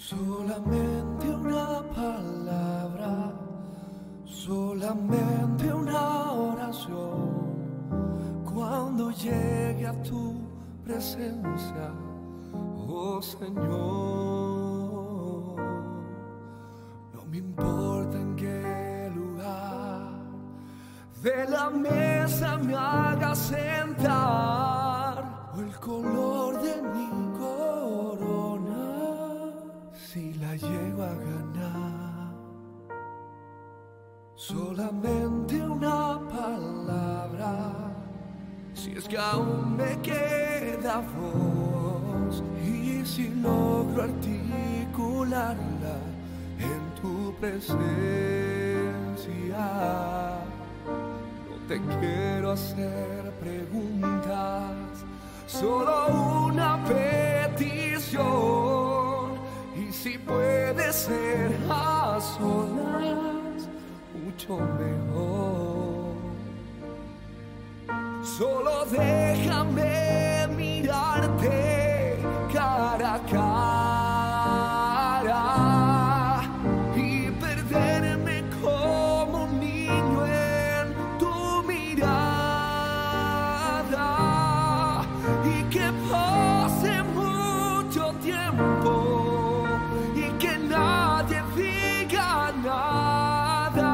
Solamente una palabra, solamente una oración. Cuando llegue a tu presencia, oh Señor, no me importa en qué lugar de la mesa me haga sentar, o el color de mi corona, si la llego a ganar. Solamente una palabra, si es que aún me queda voz, y si logro articularla en tu presencia. No te quiero hacer preguntas, solo una petición, y si puede ser a solas, mucho mejor. Solo déjame mirarte cara a cara y perderme como un niño en tu mirada, y que pase mucho tiempo y que nadie diga nada,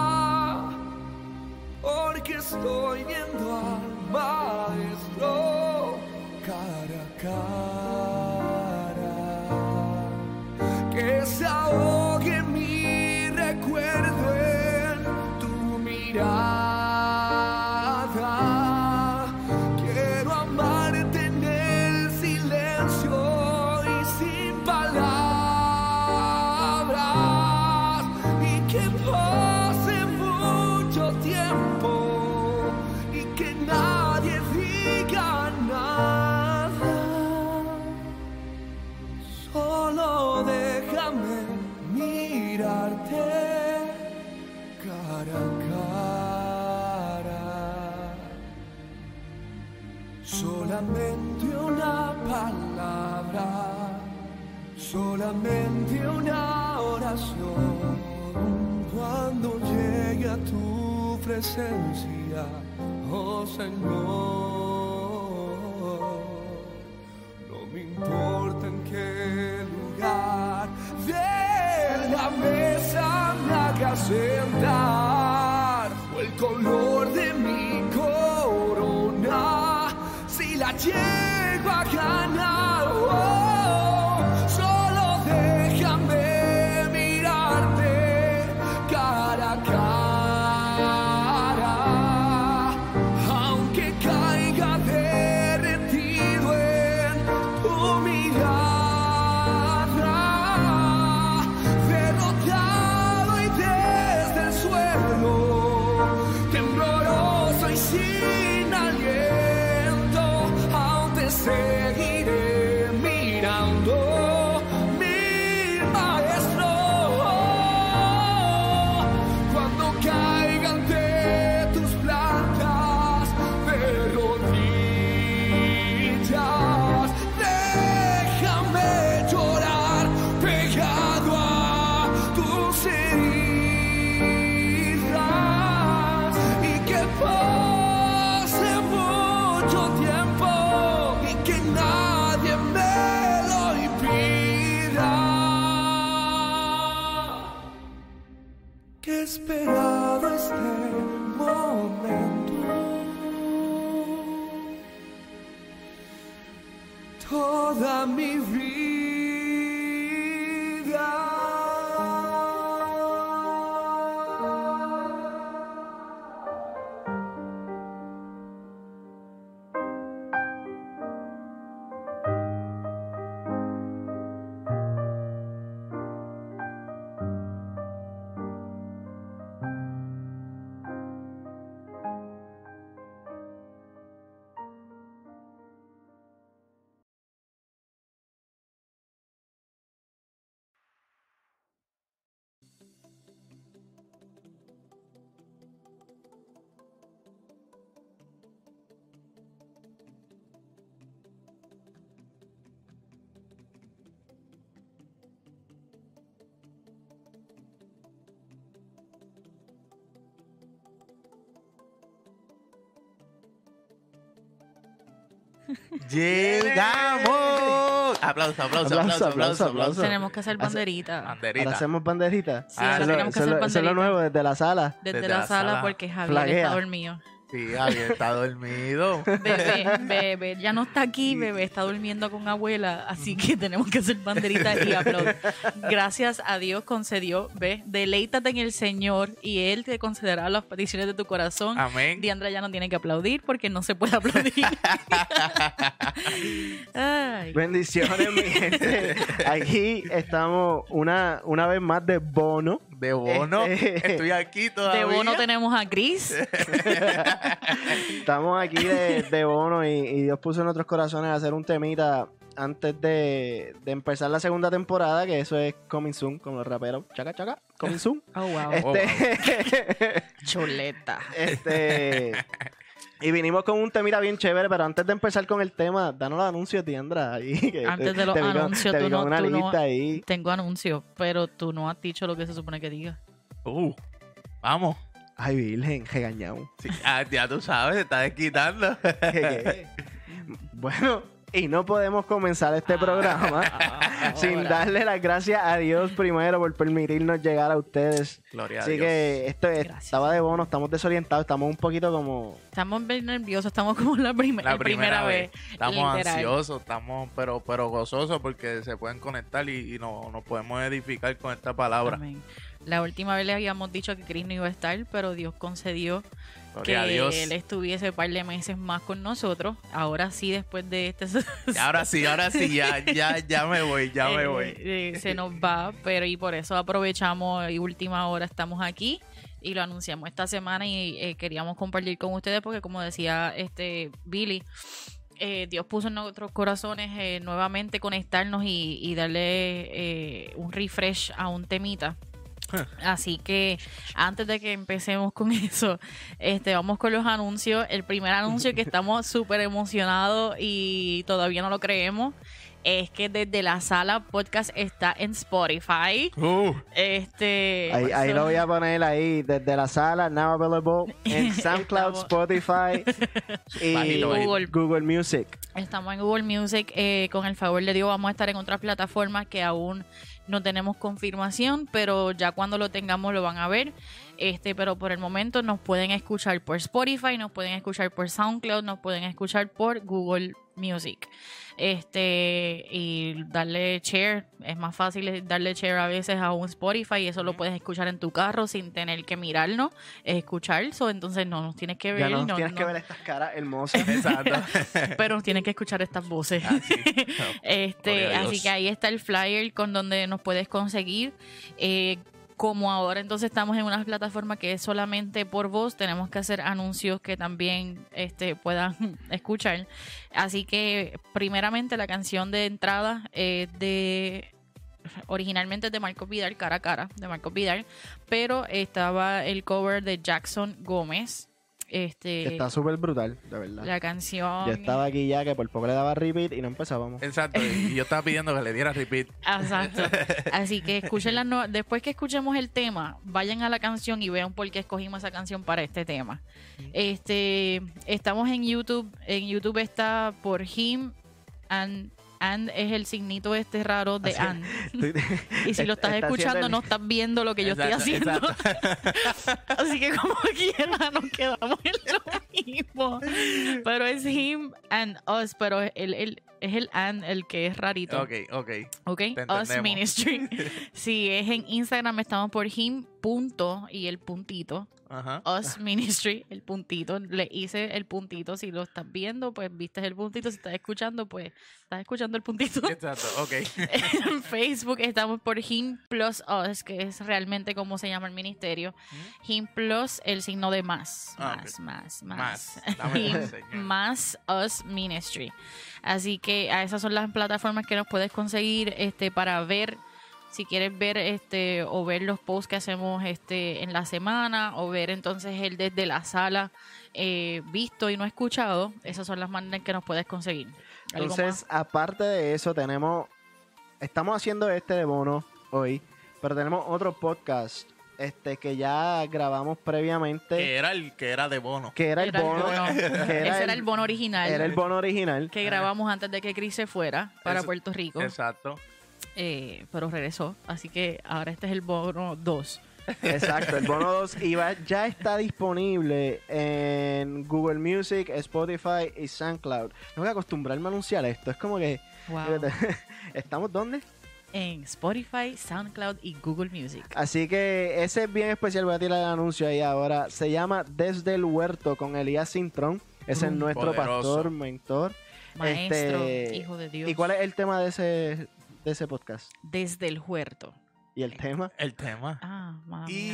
porque estoy viendo al Maestro cara a cara. Que se ahogue mi recuerdo en tu mirada. Quiero amarte en el silencio y sin palabras, y que pase mucho tiempo y que nadie diga nada. Solo déjame mirarte cara a cara. Solamente una palabra, solamente una oración. Cuando llegue a tu presencia, oh Señor, no me importa en qué lugar de la mesa me haga sentar, o el color de mi corona, si la llego a ganar. Oh, solo déjame mirarte cara a cara, aunque caiga derretido en tu mirada, derrotado y desde el suelo, tembloroso y sin aliento, aún te seguiré mirando, mi Maestro. Cuando caiga ante tus plantas de rodillas, déjame llorar pegado a tus heridas, y que pase mucho tiempo y que nadie me lo impida. Que he esperado este momento toda mi vida. ¡Llegamos! Aplausos. Tenemos que hacer banderita. Banderita. Ahora hacemos banderita. Sí, ahora tenemos que hacer Eso es lo banderita. nuevo desde la sala. Desde la sala porque Javier Flaguea. está dormido. Sí, Javier está dormido. Bebé ya no está aquí, bebé está durmiendo con abuela, así que tenemos que hacer banderita y aplaudir. Gracias a Dios concedió, ve, deleítate en el Señor y Él te concederá las peticiones de tu corazón. Amén. Diandra ya no tiene que aplaudir porque no se puede aplaudir. Ay. Bendiciones, mi gente. Aquí estamos una vez más de bono. De bono. Estoy aquí todavía. De bono tenemos a Chris. Estamos aquí de bono y Dios puso en nuestros corazones a hacer un temita antes de empezar la segunda temporada, que eso es Coming Soon, con los raperos. Chaca, chaca, Coming Soon. Oh, wow. Chuleta. Y vinimos con un temita bien chévere, pero antes de empezar con el tema, danos los anuncios, Diandra. Antes de los anuncios, te vi tú con una no lista ahí. tengo anuncios, pero tú no has dicho lo que se supone que diga. Vamos. Ay, virgen, regañado. Sí, ya tú sabes, te estás desquitando. ¿Qué? Bueno, y no podemos comenzar este programa sin darle las gracias a Dios primero por permitirnos llegar a ustedes. Gloria a Así Dios. que esto Gracias. estaba de bono, estamos desorientados, estamos un poquito como... Estamos bien nerviosos, estamos como la primera vez. Estamos literal. ansiosos, estamos pero gozosos porque se pueden conectar y nos podemos edificar con esta palabra. Amén. La última vez le habíamos dicho que Chris no iba a estar, pero Dios concedió Gloria a que Dios. él estuviese un par de meses más con nosotros. Ahora sí, después de este... Ahora sí, ya me voy, se nos va, pero y por eso aprovechamos y última hora estamos aquí y lo anunciamos esta semana y queríamos compartir con ustedes porque como decía Billy, Dios puso en nuestros corazones nuevamente conectarnos y darle un refresh a un temita. Así que antes de que empecemos con eso, vamos con los anuncios. El primer anuncio que estamos súper emocionados y todavía no lo creemos es que Desde la Sala podcast está en Spotify. Ahí lo voy a poner ahí, desde la sala, now available en SoundCloud, Estamos- Spotify y Bajito, bajito. Google Music. Estamos en Google Music. Con el favor de Dios vamos a estar en otras plataformas que aún no tenemos confirmación, pero ya cuando lo tengamos lo van a ver. Pero por el momento nos pueden escuchar por Spotify, nos pueden escuchar por SoundCloud, nos pueden escuchar por Google Music. Y darle share, es más fácil darle share a veces a un Spotify y eso lo puedes escuchar en tu carro sin tener que mirarnos, escuchar eso, entonces no nos tienes que ver, Ya no no, tienes no, que ver estas caras hermosas. Exacto. pero nos tienes que escuchar estas voces. Así. Gloria a Así Dios. que ahí está el flyer con donde nos puedes conseguir. Como ahora entonces estamos en una plataforma que es solamente por voz, tenemos que hacer anuncios que también puedan escuchar. Así que primeramente la canción de entrada es originalmente es de Marcos Vidal, Cara a Cara, de Marcos Vidal, pero estaba el cover de Jackson Gómez. Que está súper brutal, de verdad. La canción... Yo estaba aquí ya que por poco le daba repeat y no empezábamos. Exacto. Y yo estaba pidiendo que le diera repeat. Exacto. Así que escuchen después que escuchemos el tema, vayan a la canción y vean por qué escogimos esa canción para este tema. Estamos en YouTube. En YouTube está por Him and es el signito raro de Así- and. Y si lo estás Está escuchando haciendo el- no estás viendo lo que yo estoy Exacto, haciendo. Así que como quiera nos quedamos en lo mismo. Pero es him and us, pero es el and el que es rarito. Ok. ¿Ok? Te Us entendemos. Ministry. Si es en Instagram, estamos por him, punto, y el puntito. Ajá. Us Ministry, el puntito. Le hice el puntito. Si lo estás viendo, pues viste el puntito. Si estás escuchando, pues estás escuchando el puntito. Exacto, ok. En Facebook estamos por Him Plus Us, que es realmente como se llama el ministerio. Him Plus, el signo de más. Ah, Más. Más. Dame Him más, Señor. más Us Ministry. Así que a esas son las plataformas que nos puedes conseguir para ver. Si quieres ver o ver los posts que hacemos en la semana o ver entonces el Desde la Sala visto y no escuchado, esas son las maneras que nos puedes conseguir. ¿Algo Entonces, aparte de eso, estamos haciendo de bono hoy, pero tenemos otro podcast que ya grabamos previamente. Que era de bono. Que era el bono. Ese era el bono original. Era el bono original. Que grabamos antes de que Chris se fuera para Eso- Puerto Rico. Exacto. Pero regresó. Así que ahora este es el bono 2. Exacto, el bono 2 ya está disponible en Google Music, Spotify y SoundCloud. Tengo que acostumbrarme a anunciar esto. Es como que... Wow. ¿Estamos dónde? En Spotify, SoundCloud y Google Music. Así que ese es bien especial. Voy a tirar el anuncio ahí ahora. Se llama Desde el Huerto con Elías Cintrón. Ese es nuestro Poderoso. pastor, mentor. Maestro, hijo de Dios. ¿Y cuál es el tema de ese podcast? Desde el huerto. ¿Y el tema? El tema. Ah, mamá mía.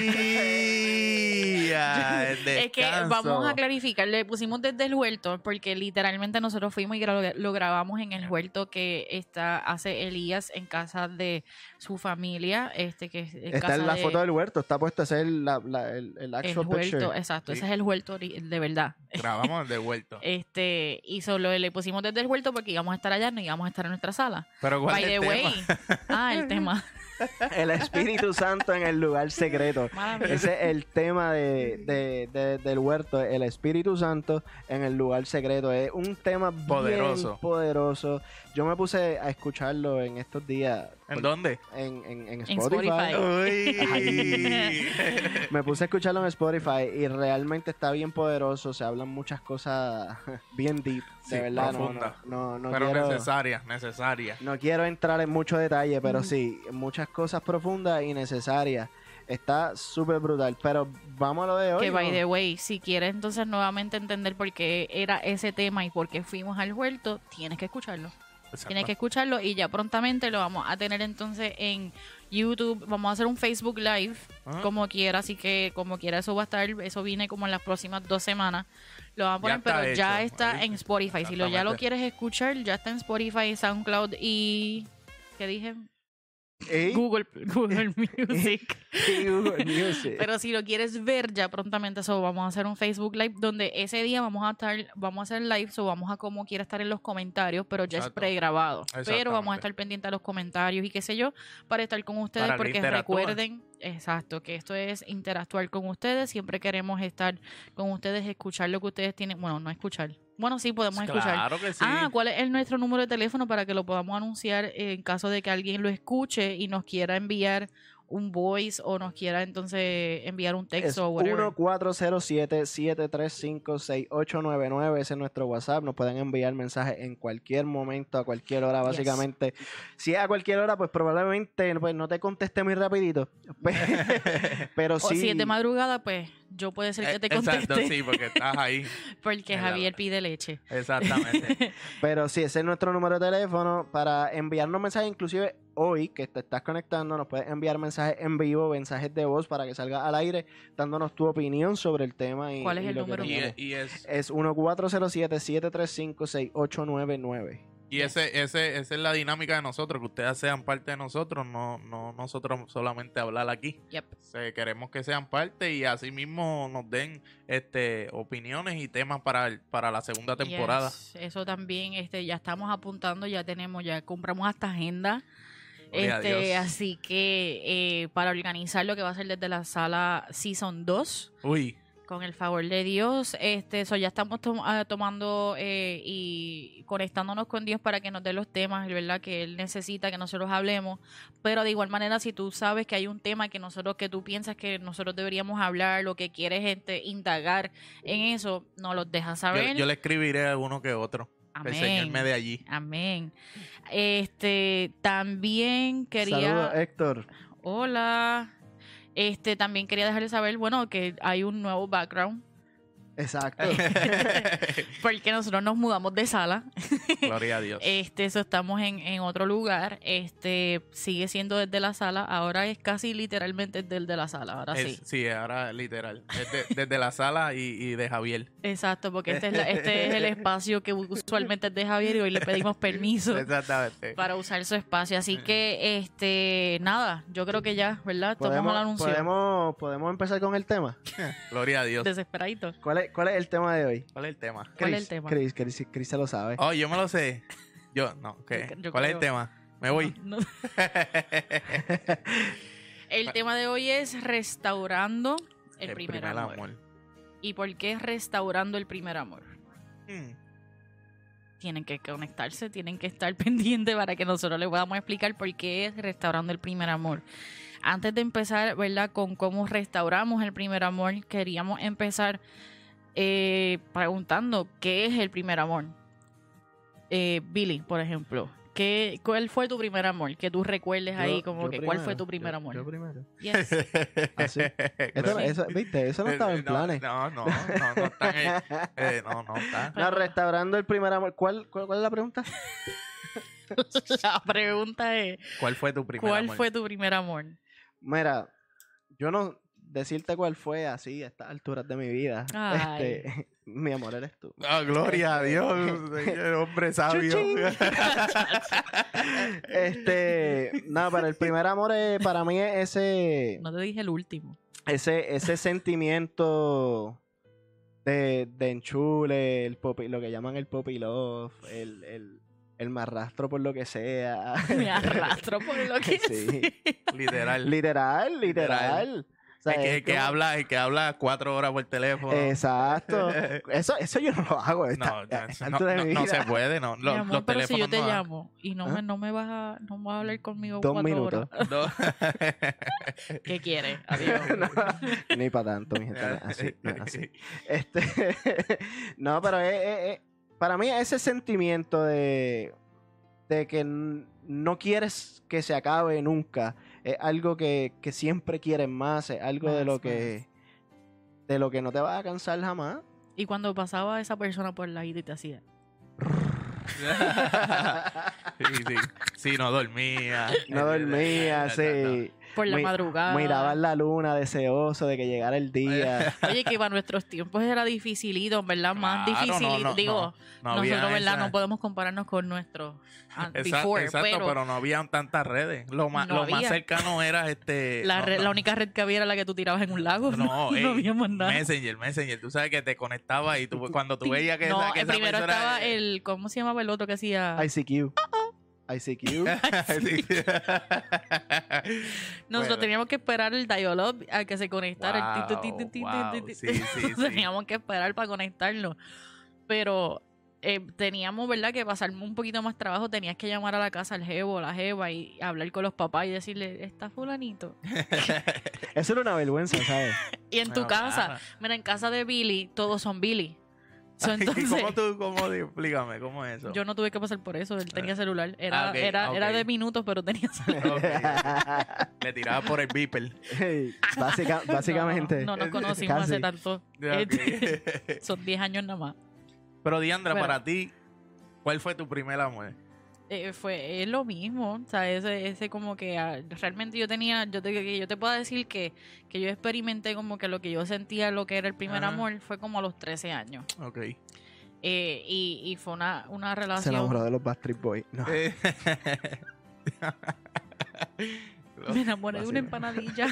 Y ya, el Es que descanso. vamos a clarificar, le pusimos desde el huerto porque literalmente nosotros fuimos y lo grabamos en el huerto que hace Elías en casa de su familia, que es en Está casa en la de- foto del huerto. Está puesto ese es el el actual huerto, picture. exacto, Sí. ese es el huerto de verdad. Grabamos de vuelto. Y solo le pusimos desde el huerto porque íbamos a estar allá, no íbamos a estar en nuestra sala. Pero ¿cuál By es the el way, tema? el tema. El Espíritu Santo en el lugar secreto. Maravilloso. Ese es el tema del huerto, el Espíritu Santo en el lugar secreto. Es un tema Poderoso. bien poderoso. Yo me puse a escucharlo en estos días. ¿En dónde? En Spotify. Uy. Me puse a escucharlo en Spotify y realmente está bien poderoso. Se hablan muchas cosas bien deep. De Sí, verdad, profunda. no Pero quiero... necesaria. No quiero entrar en mucho detalle, pero sí, muchas cosas profundas y necesarias. Está súper brutal, pero vamos a lo de hoy. Que by ¿no? the way, si quieres entonces nuevamente entender por qué era ese tema y por qué fuimos al huerto, tienes que escucharlo. Tienes que escucharlo y ya prontamente lo vamos a tener entonces en YouTube. Vamos a hacer un Facebook Live Ajá. como quiera, así que como quiera eso va a estar, eso viene como en las próximas 2 semanas. Lo vamos a poner, está pero ya hecho. está en Spotify. Si ya lo Exactamente. quieres escuchar, ya está en Spotify, SoundCloud y... ¿Qué dije? ¿Y? Google Music. Y Google Music. Pero si lo quieres ver ya prontamente, vamos a hacer un Facebook Live donde ese día vamos a hacer live, vamos a como quiera estar en los comentarios, pero ya es Exacto. pregrabado. Pero Exactamente. vamos a estar pendientes a los comentarios y qué sé yo, para estar con ustedes, Para porque interactuar. recuerden, exacto, que esto es interactuar con ustedes, siempre queremos estar con ustedes, escuchar lo que ustedes tienen, bueno, no escuchar. Bueno, sí, podemos escuchar. Claro que sí. ¿Cuál es nuestro número de teléfono para que lo podamos anunciar en caso de que alguien lo escuche y nos quiera enviar un voice o nos quiera entonces enviar un Es texto o whatever? 1407-735-6899. Ese es nuestro WhatsApp. Nos pueden enviar mensajes en cualquier momento, a cualquier hora, básicamente. Si es a cualquier hora, pues probablemente pues, no te conteste muy rapidito. Pero O sí. si es de madrugada, pues yo puede ser que te conteste Exacto, sí, porque estás ahí. porque En la Javier hora. pide leche. Exactamente. Pero sí, ese es nuestro número de teléfono para enviarnos mensajes, inclusive hoy que te estás conectando, nos puedes enviar mensajes en vivo, mensajes de voz para que salga al aire, dándonos tu opinión sobre el tema. Y, ¿Cuál es y el lo que número? tengamos. y es Es 1407-735-6899. Y esa es la dinámica de nosotros, que ustedes sean parte de nosotros, no nosotros solamente hablar aquí. Yep. Queremos que sean parte y así mismo nos den opiniones y temas para la segunda temporada. Yes, eso también, ya estamos apuntando, ya compramos hasta agenda. Gloria a Dios. Así que para organizar lo que va a ser desde la sala Season 2, Uy, con el favor de Dios, ya estamos tomando y conectándonos con Dios para que nos dé los temas, ¿verdad? Que Él necesita que nosotros hablemos. Pero de igual manera, si tú sabes que hay un tema que tú piensas que nosotros deberíamos hablar, lo que quieres indagar en eso, nos los dejas saber. yo le escribiré a uno que otro. El Señor me de allí. Amén. También quería... Saludos, Héctor. Hola. También quería dejarles saber, bueno, que hay un nuevo background. Exacto. Porque nosotros nos mudamos de sala. Gloria a Dios. Eso estamos en otro lugar. Sigue siendo desde la sala. Ahora es casi literalmente desde la sala. Ahora sí. Sí, ahora literal. Desde la sala y de Javier. Exacto, porque este es el espacio que usualmente es de Javier y hoy le pedimos permiso Exactamente. para usar su espacio. Así que, nada, yo creo que ya, ¿verdad? Tomamos el anuncio. ¿Podemos empezar con el tema? Gloria a Dios. Desesperadito. ¿Cuál es el tema de hoy? ¿Cuál es el tema? ¿Cuál es el tema? Chris se lo sabe. Oh, yo me lo sé. Yo, no, ¿qué? Yo ¿Cuál es el creo. tema? Me voy. No. El tema de hoy es restaurando el primer amor. ¿Y por qué restaurando el primer amor? Tienen que conectarse, tienen que estar pendientes para que nosotros les podamos explicar por qué es restaurando el primer amor. Antes de empezar, ¿verdad?, con cómo restauramos el primer amor, queríamos empezar preguntando ¿qué es el primer amor? Billy, por ejemplo, ¿cuál fue tu primer amor? Que tú recuerdes ahí como que ¿cuál fue tu primer amor? Yo primero. Yes. Así. ¿Viste? Eso no estaba en planes. No está. No, restaurando el primer amor. ¿Cuál es la pregunta? La pregunta es ¿cuál fue tu primer ¿cuál amor? fue tu primer amor? Mira, yo no decirte cuál fue así a estas alturas de mi vida. Ay. Mi amor eres tú. Ah, gloria a Dios, señor hombre sabio. Chuchín. No, pero el primer amor para mí es ese No te dije el último. ese sentimiento de enchule, lo que llaman el puppy love, el me arrastro por lo que sea. Me arrastro por lo que Sí. Literal. Literal. O sea, El que habla 4 horas por teléfono. Exacto. Eso yo no lo hago. No se puede, no. Mi Los, amor, los pero si yo teléfonos te no dan. llamo y no me vas a hablar conmigo 2 4 minutos. horas. No. ¿Qué quieres? Adiós. Ni para tanto, mi gente. No es así. No, pero para mí ese sentimiento de que no quieres que se acabe nunca es algo que siempre quieres más, es algo de lo que no te vas a cansar jamás. Y cuando pasaba esa persona por la vida y te hacía Sí, no dormía. No dormía, sí. por la madrugada. Mirabas la luna deseoso de que llegara el día. Oye, que para nuestros tiempos era dificilito, ¿verdad? Más Claro, difícil. Digo, no había nosotros, ¿verdad? esa- No podemos compararnos con nuestros Exacto, before, pero no habían tantas redes. Lo más había. cercano era la única red que había era la que tú tirabas en un lago. No, no había más nada. Messenger. Tú sabes que te conectabas y cuando tú veías que No, esa primero persona... estaba el... ¿Cómo se llamaba el otro que hacía? ICQ. ICQ. Sí. Nosotros Bueno. teníamos que esperar el dial-up a que se conectara. Wow, sí. Teníamos que esperar para conectarlo. Pero teníamos, ¿verdad?, que pasar un poquito más trabajo. Tenías que llamar a la casa al jevo o la jeva y hablar con los papás y decirle, ¿está fulanito? Eso era una vergüenza, ¿sabes? Y en tu Bueno, casa, claro. mira, en casa de Billy, todos son Billy. So, entonces, Explícame, ¿cómo es eso? yo no tuve que pasar por eso. Él tenía celular. Era, ok, era ok. de minutos, pero tenía celular. Ok. Le tiraba por el beeper. Hey, básicamente. No nos conocimos Casi. hace tanto. Ok. Son 10 años nada más. Pero Diandra, Bueno. para ti, ¿cuál fue tu primer amor? Es lo mismo, o sea, ese como que realmente yo te puedo decir que yo experimenté como que lo que yo sentía, lo que era el primer Ajá. amor, fue como a los 13 años. Ok. Y fue una Se relación. enamoró de los Backstreet Boys. No. Me enamoré de una empanadilla.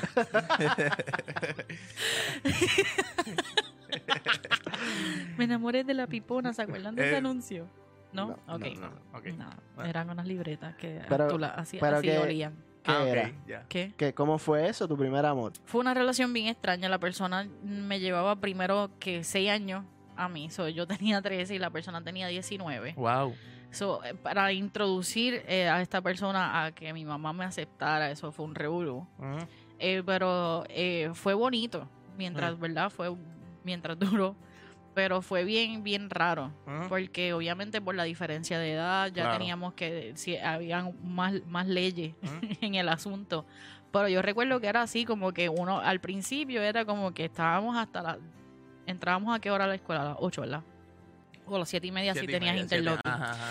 Me enamoré de la pipona, ¿se acuerdan de ese anuncio? ¿No? Ok. Ok. No, Bueno. eran unas libretas que Pero- así pero que- olían. ¿Qué Ah, ok, era? ya. ¿Qué? ¿Cómo fue eso, tu primer amor? Fue una relación bien extraña. La persona me llevaba primero que 6 años a mí. Yo tenía 13 y la persona tenía 19. Wow. Para introducir a esta persona a que mi mamá me aceptara, eso fue un revolú. Ajá. Pero fue bonito mientras, ¿verdad? Mientras duró. Pero fue bien, bien raro. Ajá. Porque obviamente por la diferencia de edad ya Claro. teníamos que... habían más leyes Ajá. en el asunto. Pero yo recuerdo que era así, como que uno al principio era como que estábamos entrábamos a qué hora a la escuela, a las 8, ¿verdad? O a las 7:30 si tenías interlocking. Ajá.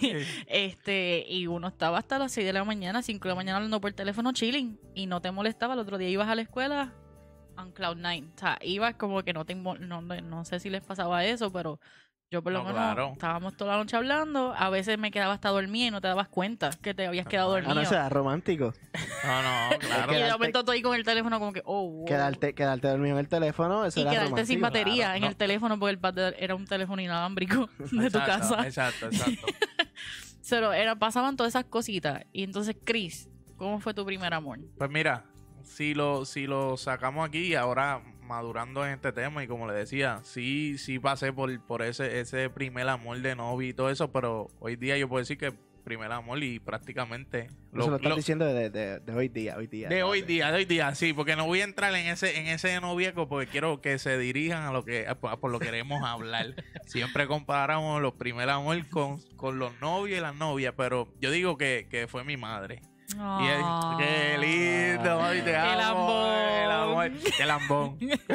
Y uno estaba hasta las 6 de la mañana, 5 de la mañana hablando por teléfono chilling y no te molestaba. El otro día ibas a la escuela on cloud 9. O sea, ibas como que no sé si les pasaba eso, pero yo por lo No, menos claro. estábamos toda la noche hablando. A veces me quedaba hasta dormida y no te dabas cuenta que te habías quedado dormido. Ah, no, o sea, romántico. No, claro. Y de momento tú ahí con el teléfono como que, oh, wow. Quedarte dormido en el teléfono, eso Y era quedarte romántico. sin batería claro, en no. el teléfono porque era un teléfono inalámbrico de tu Exacto, casa. Exacto. Pasaban todas esas cositas. Y entonces, Chris, ¿cómo fue tu primer amor? Pues mira, si lo sacamos aquí, ahora madurando en este tema, y como le decía, sí pasé por ese primer amor de novio y todo eso, pero hoy día yo puedo decir que primer amor y prácticamente Eso lo estás diciendo de hoy día. de hoy día, sí, porque no voy a entrar en ese noviazgo porque quiero que se dirijan a lo que por lo que queremos hablar. Siempre comparamos los primer amor con los novios y las novias, pero yo digo que fue mi madre. Y qué lindo, mami, te amo. El amor, qué lambón.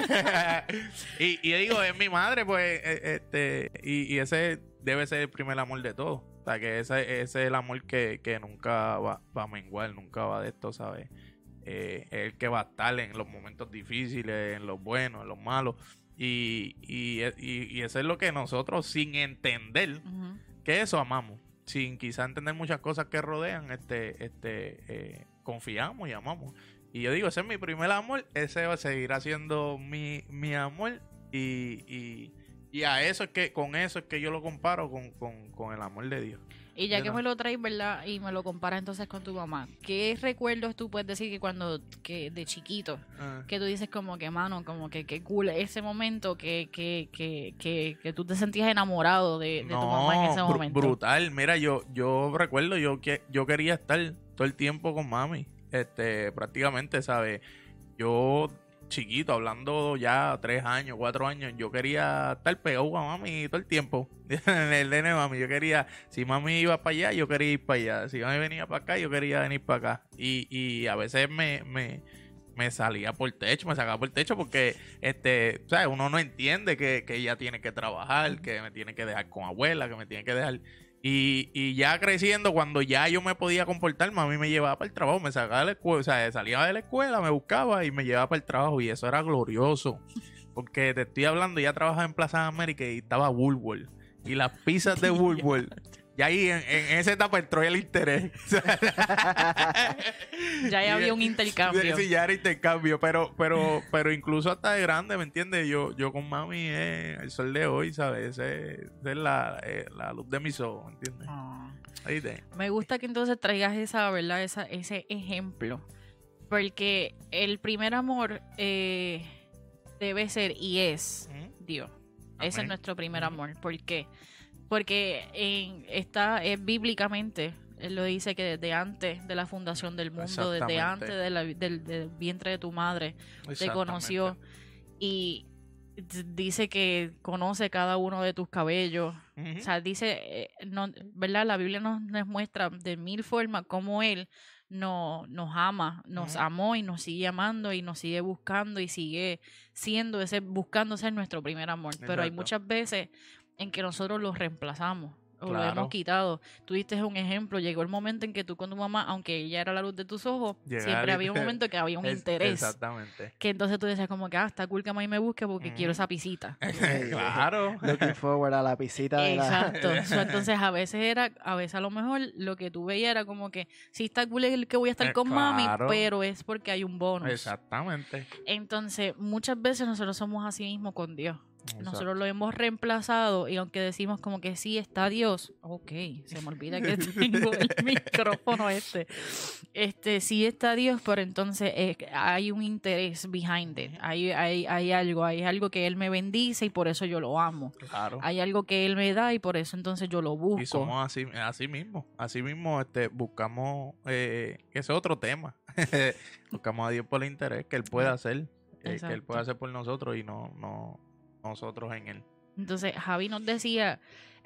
y yo digo, es mi madre, pues, y ese debe ser el primer amor de todos. O sea, que ese es el amor que nunca va a menguar, nunca va de esto, ¿sabes? Es el que va a estar en los momentos difíciles, en los buenos, en los malos. Y eso es lo que nosotros, sin entender, que eso amamos. Sin quizá entender muchas cosas que rodean, confiamos y amamos. Y yo digo, ese es mi primer amor, ese va a seguir siendo mi amor, y a eso es que, con eso es que yo lo comparo con el amor de Dios. Y ya que me lo traes, ¿verdad? Y me lo comparas entonces con tu mamá, ¿qué recuerdos tú puedes decir que de chiquito, que tú dices como que, mano, como que qué cool ese momento, que tú te sentías enamorado de tu mamá en ese momento? Brutal. Mira, yo recuerdo, yo quería estar todo el tiempo con mami, prácticamente, ¿sabes? Yo chiquito, hablando ya 3 años, 4 años, yo quería estar pegado a mami todo el tiempo. El nene de mami, yo quería, si mami iba para allá, yo quería ir para allá. Si mami venía para acá, yo quería venir para acá. Y a veces me salía por el techo, me sacaba por el techo porque, ¿sabes? Uno no entiende que ella tiene que trabajar, que me tiene que dejar con abuela, que me tiene que dejar... Y ya creciendo, cuando ya yo me podía comportar, mami me llevaba para el trabajo, me sacaba de la escuela, o sea, salía de la escuela, me buscaba y me llevaba para el trabajo, y eso era glorioso. Porque te estoy hablando, ya trabajaba en Plaza América y estaba Woolworth. Y las pizzas de Woolworth, y ahí en esa etapa entró el interés. Ya había un intercambio. Sí, ya era intercambio, pero incluso hasta de grande, ¿me entiendes? Yo con mami el sol de hoy, ¿sabes? Esa es la luz de mis ojos, ¿me entiendes? Ahí Me gusta que entonces traigas esa, ¿verdad? Ese ejemplo. Porque el primer amor debe ser y es Dios. Ese es nuestro primer amor. ¿Por qué? Porque bíblicamente, él lo dice que desde antes de la fundación del mundo, desde antes del vientre de tu madre, te conoció, y dice que conoce cada uno de tus cabellos. O sea, dice, ¿verdad? La Biblia nos muestra de 1000 formas cómo Él nos ama, nos amó y nos sigue amando y nos sigue buscando y sigue buscando ser nuestro primer amor. Exacto. Pero hay muchas veces en que nosotros los reemplazamos o lo hemos quitado. Tú diste un ejemplo, llegó el momento en que tú con tu mamá, aunque ella era la luz de tus ojos, siempre había un momento que había un interés. Exactamente. Que entonces tú decías como que, está cool que mami me busque porque quiero esa pisita. Claro. Looking forward a la pisita. Exacto. Entonces a veces a lo mejor lo que tú veías era como que, sí está cool el que voy a estar con mami, pero es porque hay un bonus. Exactamente. Entonces muchas veces nosotros somos así mismo con Dios. Exacto. Nosotros lo hemos reemplazado, y aunque decimos como que sí está Dios, se me olvida que tengo el micrófono sí está Dios, pero entonces hay un interés behind it, hay algo que Él me bendice y por eso yo lo amo. Claro. Hay algo que Él me da y por eso entonces yo lo busco. Y somos así mismo buscamos, ese es otro tema. Buscamos a Dios por el interés que Él puede hacer, que Él puede hacer por nosotros y no nosotros en Él. Entonces Javi nos decía,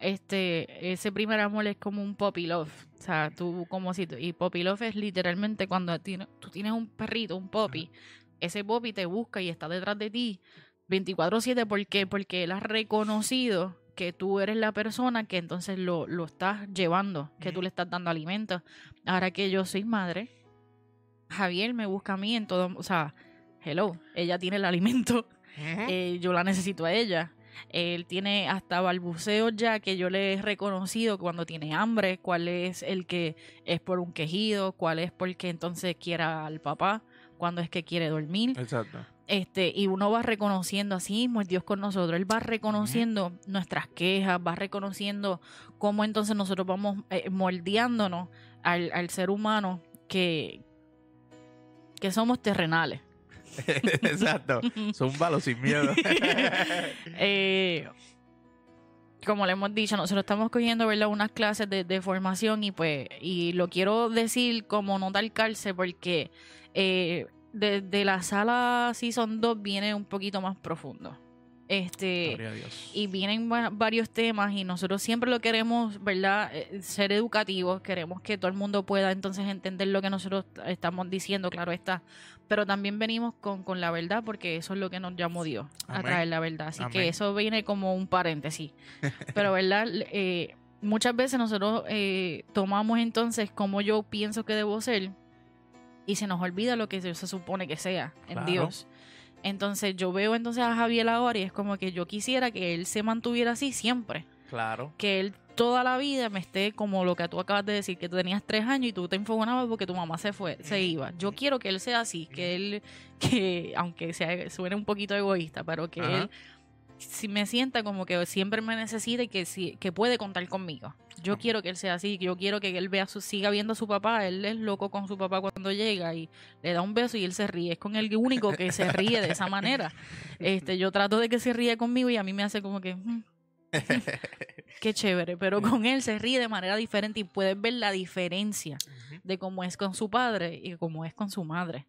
ese primer amor es como un puppy love, o sea, y puppy love es literalmente cuando tú tienes un perrito, un puppy, ese puppy te busca y está detrás de ti 24/7. ¿Por qué? Porque él ha reconocido que tú eres la persona que entonces lo estás llevando, que tú le estás dando alimento. Ahora que yo soy madre, Javier me busca a mí en todo, o sea, ella tiene el alimento. Yo la necesito a ella. Él tiene hasta balbuceos ya que yo le he reconocido cuando tiene hambre, cuál es el que es por un quejido, cuál es porque entonces quiera al papá, cuando es que quiere dormir. Exacto. Y uno va reconociendo así mismo es Dios con nosotros. Él va reconociendo nuestras quejas, va reconociendo cómo entonces nosotros vamos moldeándonos al ser humano que que somos terrenales. Exacto. Zúmbalo sin miedo. Como le hemos dicho, nosotros estamos cogiendo, ¿verdad?, unas clases de formación y lo quiero decir como nota al cárcel porque de la sala Season 2 viene un poquito más profundo. Gloria a Dios. Y vienen varios temas y nosotros siempre lo queremos, ¿verdad?, ser educativos, queremos que todo el mundo pueda entonces entender lo que nosotros estamos diciendo, claro está, pero también venimos con la verdad porque eso es lo que nos llamó Dios, Amén. a traer la verdad, así Amén. que eso viene como un paréntesis, pero ¿verdad? Muchas veces nosotros tomamos entonces como yo pienso que debo ser y se nos olvida lo que se supone que sea en Claro. Dios. Entonces yo veo entonces a Javier ahora y es como que yo quisiera que él se mantuviera así siempre. Claro. Que él toda la vida me esté como lo que tú acabas de decir, que tú tenías 3 años y tú te enfogonabas porque tu mamá se iba. Yo quiero que él sea así, que él, que aunque suene un poquito egoísta, pero que Ajá. él si me sienta como que siempre me necesita y que puede contar conmigo. Yo Ajá. quiero que él sea así, yo quiero que él siga viendo a su papá. Él es loco con su papá cuando llega y le da un beso y él se ríe. Es con el único que se ríe de esa manera. Yo trato de que se ríe conmigo y a mí me hace como que qué chévere, pero con él se ríe de manera diferente y puedes ver la diferencia de cómo es con su padre y cómo es con su madre.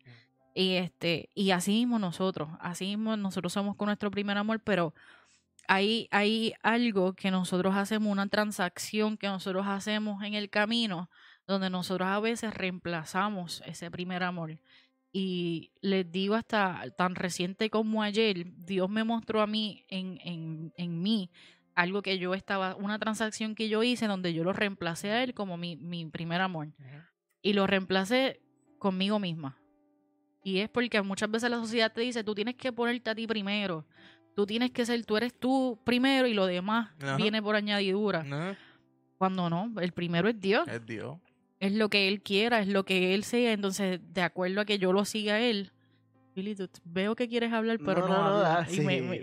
Y así mismo nosotros somos con nuestro primer amor, pero hay algo que nosotros hacemos, una transacción que nosotros hacemos en el camino, donde nosotros a veces reemplazamos ese primer amor. Y les digo, hasta tan reciente como ayer, Dios me mostró a mí, en mí, algo que una transacción que yo hice donde yo lo reemplacé a él como mi primer amor. Y lo reemplacé conmigo misma. Y es porque muchas veces la sociedad te dice, tú tienes que ponerte a ti primero. Tú eres tú primero y lo demás Ajá. viene por añadidura. No, Cuando no, el primero es Dios. es Dios. Es lo que Él quiera, es lo que Él sea. Entonces, de acuerdo a que yo lo siga a Él, Billy, veo que quieres hablar, pero no hablas. sí, Y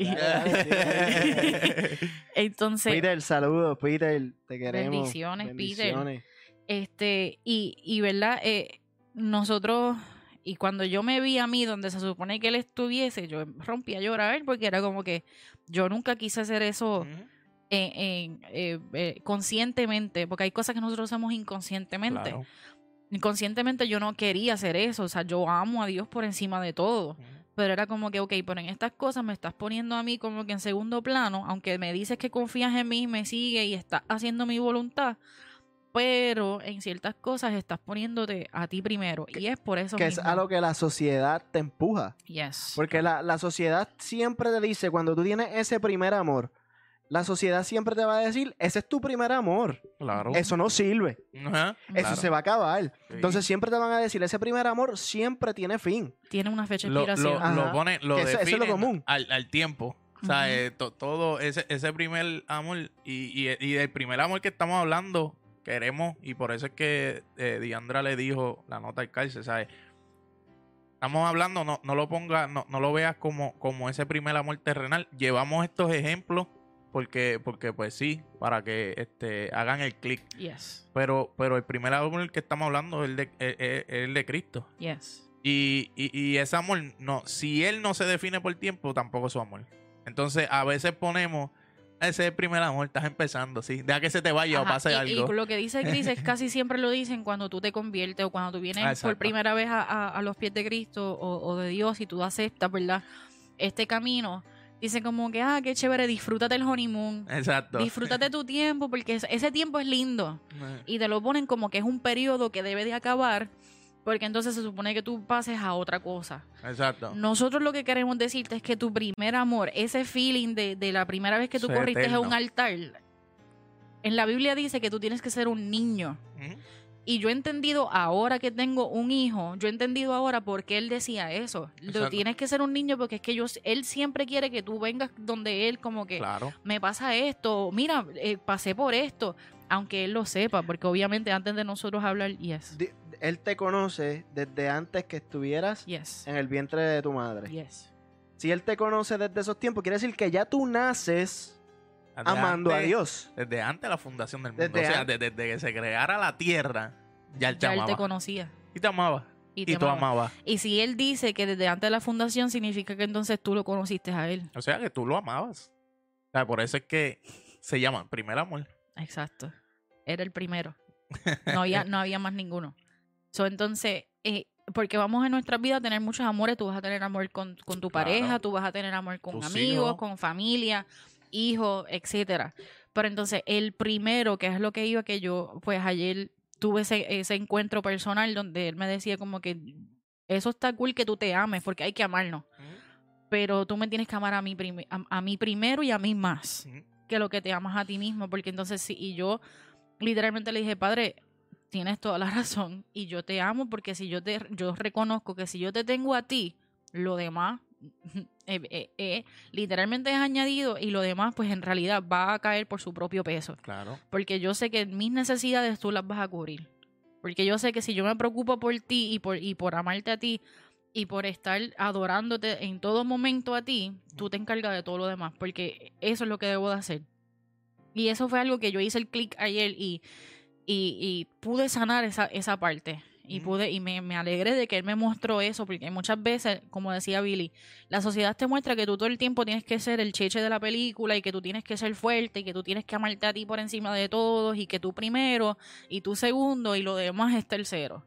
dale. entonces, Peter, saludos, Peter, te queremos. Bendiciones, Peter. Bendiciones. y verdad, nosotros, y cuando yo me vi a mí donde se supone que él estuviese, yo rompí a llorar porque era como que yo nunca quise hacer eso conscientemente, porque hay cosas que nosotros hacemos inconscientemente. Claro. Inconscientemente yo no quería hacer eso, o sea, yo amo a Dios por encima de todo. Pero era como que, ok, pero en estas cosas me estás poniendo a mí como que en segundo plano, aunque me dices que confías en mí, me sigues y estás haciendo mi voluntad, pero en ciertas cosas estás poniéndote a ti primero. Y es por eso Que mismo. es a lo que la sociedad te empuja. Yes. Porque la sociedad siempre te dice, cuando tú tienes ese primer amor, la sociedad siempre te va a decir, ese es tu primer amor. Claro. Eso no sirve. Ajá, Eso claro. se va a acabar. Sí. Entonces siempre te van a decir, ese primer amor siempre tiene fin. Tiene una fecha de lo expiración. Ajá. pone, lo Que eso es lo definen común. al tiempo. O sea, todo ese primer amor y del primer amor que estamos hablando, queremos, y por eso es que Diandra le dijo la nota al cárcel, ¿sabes? Estamos hablando, no lo pongas, no lo veas como ese primer amor terrenal. Llevamos estos ejemplos porque pues sí, para que hagan el clic. Yes. Pero el primer amor del que estamos hablando es el de Cristo. Yes. Y ese amor, si él no se define por tiempo, tampoco es su amor. Entonces, a veces ponemos, ese es el primer amor, estás empezando, ¿sí? Deja que se te vaya o Ajá, pase algo. Y lo que dice Chris es casi siempre lo dicen cuando tú te conviertes o cuando tú vienes Exacto. por primera vez a los pies de Cristo o de Dios y tú aceptas, ¿verdad? Este camino. Dicen como que, qué chévere, disfrútate el honeymoon. Exacto. Disfrútate tu tiempo porque ese tiempo es lindo. Y te lo ponen como que es un periodo que debe de acabar porque entonces se supone que tú pases a otra cosa. Exacto. Nosotros lo que queremos decirte es que tu primer amor, ese feeling de la primera vez que tú Eso es corriste eterno. a un altar, en la Biblia dice que tú tienes que ser un niño. Ujú. Y yo he entendido ahora que tengo un hijo, yo he entendido ahora por qué él decía eso. Exacto. Tienes que ser un niño porque es que él siempre quiere que tú vengas donde él como que Claro. me pasa esto, mira, pasé por esto, aunque él lo sepa, porque obviamente antes de nosotros hablar, yes, Él te conoce desde antes que estuvieras yes, en el vientre de tu madre. yes. Si Él te conoce desde esos tiempos, quiere decir que ya tú naces amando a Dios. Desde antes de la fundación del mundo. Desde o sea, antes. desde que se creara la tierra, ya él te Ya él amaba. te conocía. Y te amaba. Y Y tú amabas. Y si él dice que desde antes de la fundación, significa que entonces tú lo conociste a él. O sea, que tú lo amabas. O sea, por eso es que se llama primer amor. Exacto. Era el primero. No había más ninguno. Entonces, porque vamos en nuestra vida a tener muchos amores. Tú vas a tener amor con tu pareja, tú vas a tener amor con Tus amigos, hijos. con familia, hijos, etcétera. Pero entonces, el primero, que es lo que iba, que yo, pues ayer tuve ese encuentro personal donde él me decía como que eso está cool que tú te ames, porque hay que amarnos. Pero tú me tienes que amar a mí, a mí primero y a mí más que lo que te amas a ti mismo. Porque entonces, sí, y yo literalmente le dije, padre, tienes toda la razón y yo te amo porque si yo reconozco que si yo te tengo a ti, lo demás literalmente es añadido y lo demás pues en realidad va a caer por su propio peso. Claro. Porque yo sé que mis necesidades tú las vas a cubrir. Porque yo sé que si yo me preocupo por ti y por amarte a ti y por estar adorándote en todo momento a ti, tú te encargas de todo lo demás. Porque eso es lo que debo de hacer. Y eso fue algo que yo hice el clic ayer y pude sanar esa parte. Y me alegré de que él me mostró eso, porque muchas veces, como decía Billy, la sociedad te muestra que tú todo el tiempo tienes que ser el cheche de la película y que tú tienes que ser fuerte y que tú tienes que amarte a ti por encima de todos y que tú primero y tú segundo y lo demás es tercero.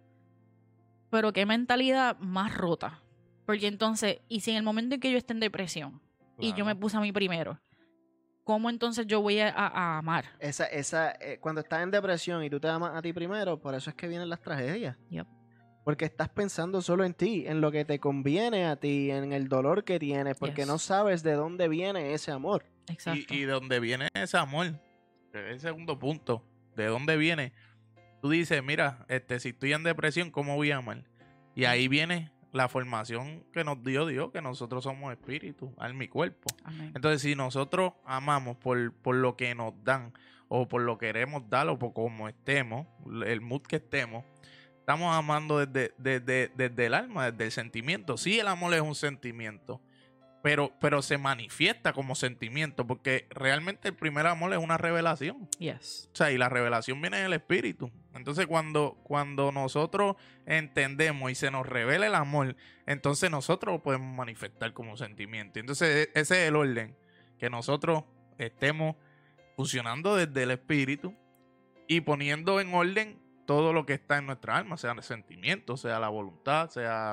Pero qué mentalidad más rota. Porque entonces, y si en el momento en que yo esté en depresión y yo me puse a mí primero, ¿cómo entonces yo voy a amar? Cuando estás en depresión y tú te amas a ti primero, por eso es que vienen las tragedias. Yep. Porque estás pensando solo en ti, en lo que te conviene a ti, en el dolor que tienes, porque no sabes de dónde viene ese amor. Exacto. Y de dónde viene ese amor, el segundo punto, ¿de dónde viene? Tú dices, mira, si estoy en depresión, ¿cómo voy a amar? Y ahí viene la formación que nos dio Dios, que nosotros somos espíritu, alma y cuerpo. Amén. Entonces, si nosotros amamos por lo que nos dan, o por lo que queremos dar, o por cómo estemos, el mood que estemos, estamos amando desde el alma, desde el sentimiento. Sí, el amor es un sentimiento, pero se manifiesta como sentimiento, porque realmente el primer amor es una revelación. Yes. O sea, y la revelación viene del espíritu. Entonces, cuando nosotros entendemos y se nos revela el amor, entonces nosotros lo podemos manifestar como sentimiento. Entonces, ese es el orden, que nosotros estemos funcionando desde el espíritu y poniendo en orden todo lo que está en nuestra alma, sea el sentimiento, sea la voluntad, sea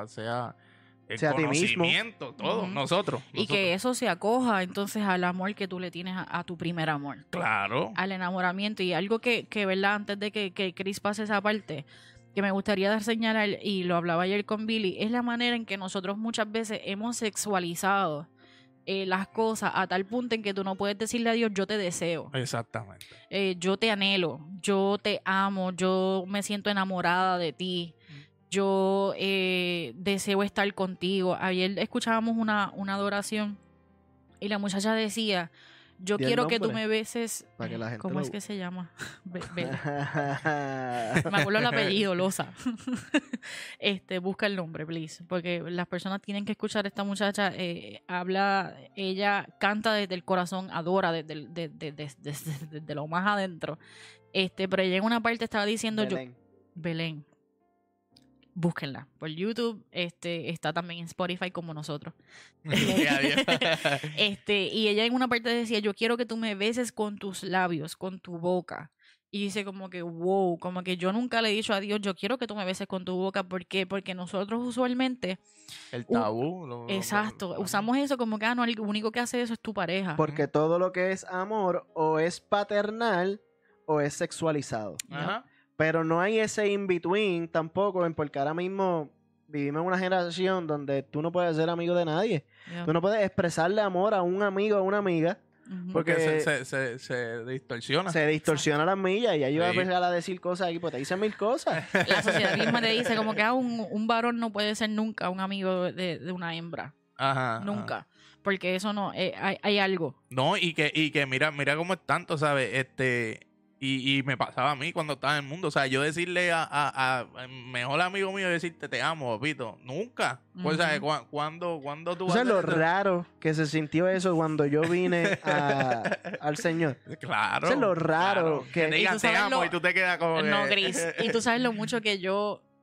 el Sea a ti mismo. conocimiento, todo, Ujú. nosotros. Y que eso se acoja entonces al amor que tú le tienes a tu primer amor. Claro. Al enamoramiento. Y algo que ¿verdad? Antes de que Chris pase esa parte, que me gustaría dar señalar, y lo hablaba ayer con Billy, es la manera en que nosotros muchas veces hemos sexualizado las cosas a tal punto en que tú no puedes decirle a Dios, yo te deseo, Exactamente. yo te anhelo, yo te amo, yo me siento enamorada de ti. Yo deseo estar contigo. Ayer escuchábamos una adoración y la muchacha decía, yo Di el quiero que tú nombre, me beses. para que la gente ¿Cómo lo es que se llama? Me Me acuerdo el apellido, Loza. Busca el nombre, please. Porque las personas tienen que escuchar a esta muchacha. Ella canta desde el corazón, adora desde lo más adentro. Pero ella en una parte estaba diciendo Belén. Búsquenla por YouTube, está también en Spotify como nosotros. Y ella en una parte decía, yo quiero que tú me beses con tus labios, con tu boca. Y dice como que, wow, como que yo nunca le he dicho a Dios, yo quiero que tú me beses con tu boca. ¿Por qué? Porque nosotros usualmente... El tabú. Exacto, usamos eso como que, no, el único que hace eso es tu pareja. Porque todo lo que es amor o es paternal o es sexualizado. Ajá. Pero no hay ese in-between tampoco, porque ahora mismo vivimos en una generación donde tú no puedes ser amigo de nadie. Yeah. Tú no puedes expresarle amor a un amigo o a una amiga Ujú. Porque porque se distorsiona. se distorsiona las millas y ahí va a Sí. empezar a decir cosas aquí, pues te dicen 1000 cosas. La sociedad misma te dice como que un varón no puede ser nunca un amigo de una hembra. Ajá. Nunca. Porque eso no, hay algo. No, y que mira cómo es tanto, ¿sabes? Y me pasaba a mí cuando estaba en el mundo. O sea, yo decirle a mejor amigo mío, decirte te amo, papito. Nunca. Pues, ¿sabes? ¿Cuándo tú ¿Tú vas a sabes lo hacer esto? raro que se sintió eso cuando yo vine al Señor? Claro. Eso es lo raro que te que- digan Y tú te sabes amo lo- y tú te quedas como No, que... Gris. Y tú sabes lo mucho que yo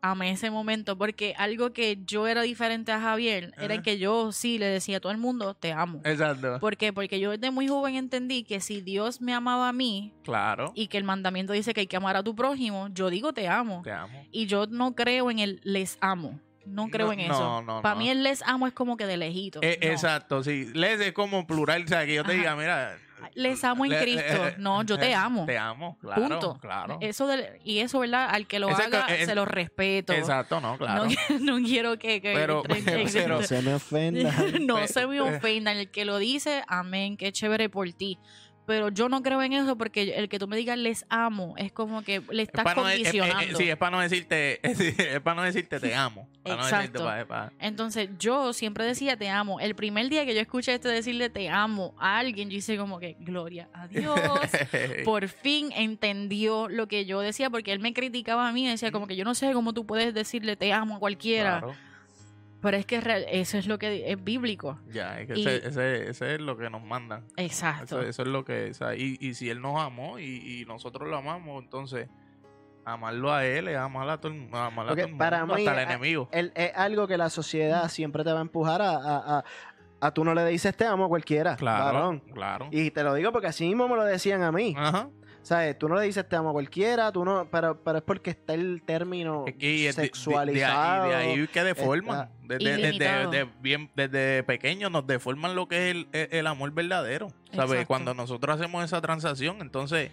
amé ese momento, porque algo que yo era diferente a Javier era que yo sí le decía a todo el mundo, te amo. Exacto. ¿Por qué? Porque yo desde muy joven entendí que si Dios me amaba a mí Claro. y que el mandamiento dice que hay que amar a tu prójimo, yo digo te amo. Te amo. Y yo no creo en el les amo. No creo en eso. Para mí el les amo es como que de lejito. No. Exacto, sí. Les es como plural, o sea, que yo te diga, mira... Les amo en Cristo. No, yo te amo. Te amo, claro. Punto. Claro. Y eso, ¿verdad? Al que lo haga, se lo respeto. Exacto, no, claro. No quiero que pero No se me ofenda. no se me ofendan. El que lo dice, amén, qué chévere por ti. Pero yo no creo en eso porque el que tú me digas les amo es como que le estás condicionando. Sí, es para no decirte, es para no decirte te amo. Exacto. Entonces yo siempre decía te amo. El primer día que yo escuché decirle te amo a alguien, yo hice como que gloria a Dios. Por fin entendió lo que yo decía porque él me criticaba a mí. Decía como que yo no sé cómo tú puedes decirle te amo a cualquiera. Claro. Pero es que eso es lo que es bíblico. Ya, es que ese es lo que nos mandan. Exacto. Eso es lo que... O sea, y si Él nos amó y nosotros lo amamos, entonces amarlo a Él es amar a todo el mundo, para mí, hasta el enemigo. Es algo que la sociedad siempre te va a empujar a tú no le dices te amo a cualquiera. Claro, varón. claro. Y te lo digo porque así mismo me lo decían a mí. Ajá. ¿Sabes? Tú no le dices te amo a cualquiera, tú no, pero es porque está el término sexualizado. De ahí que deforman. Desde pequeños nos deforman lo que es el amor verdadero. ¿Sabes? Exacto. Cuando nosotros hacemos esa transacción, entonces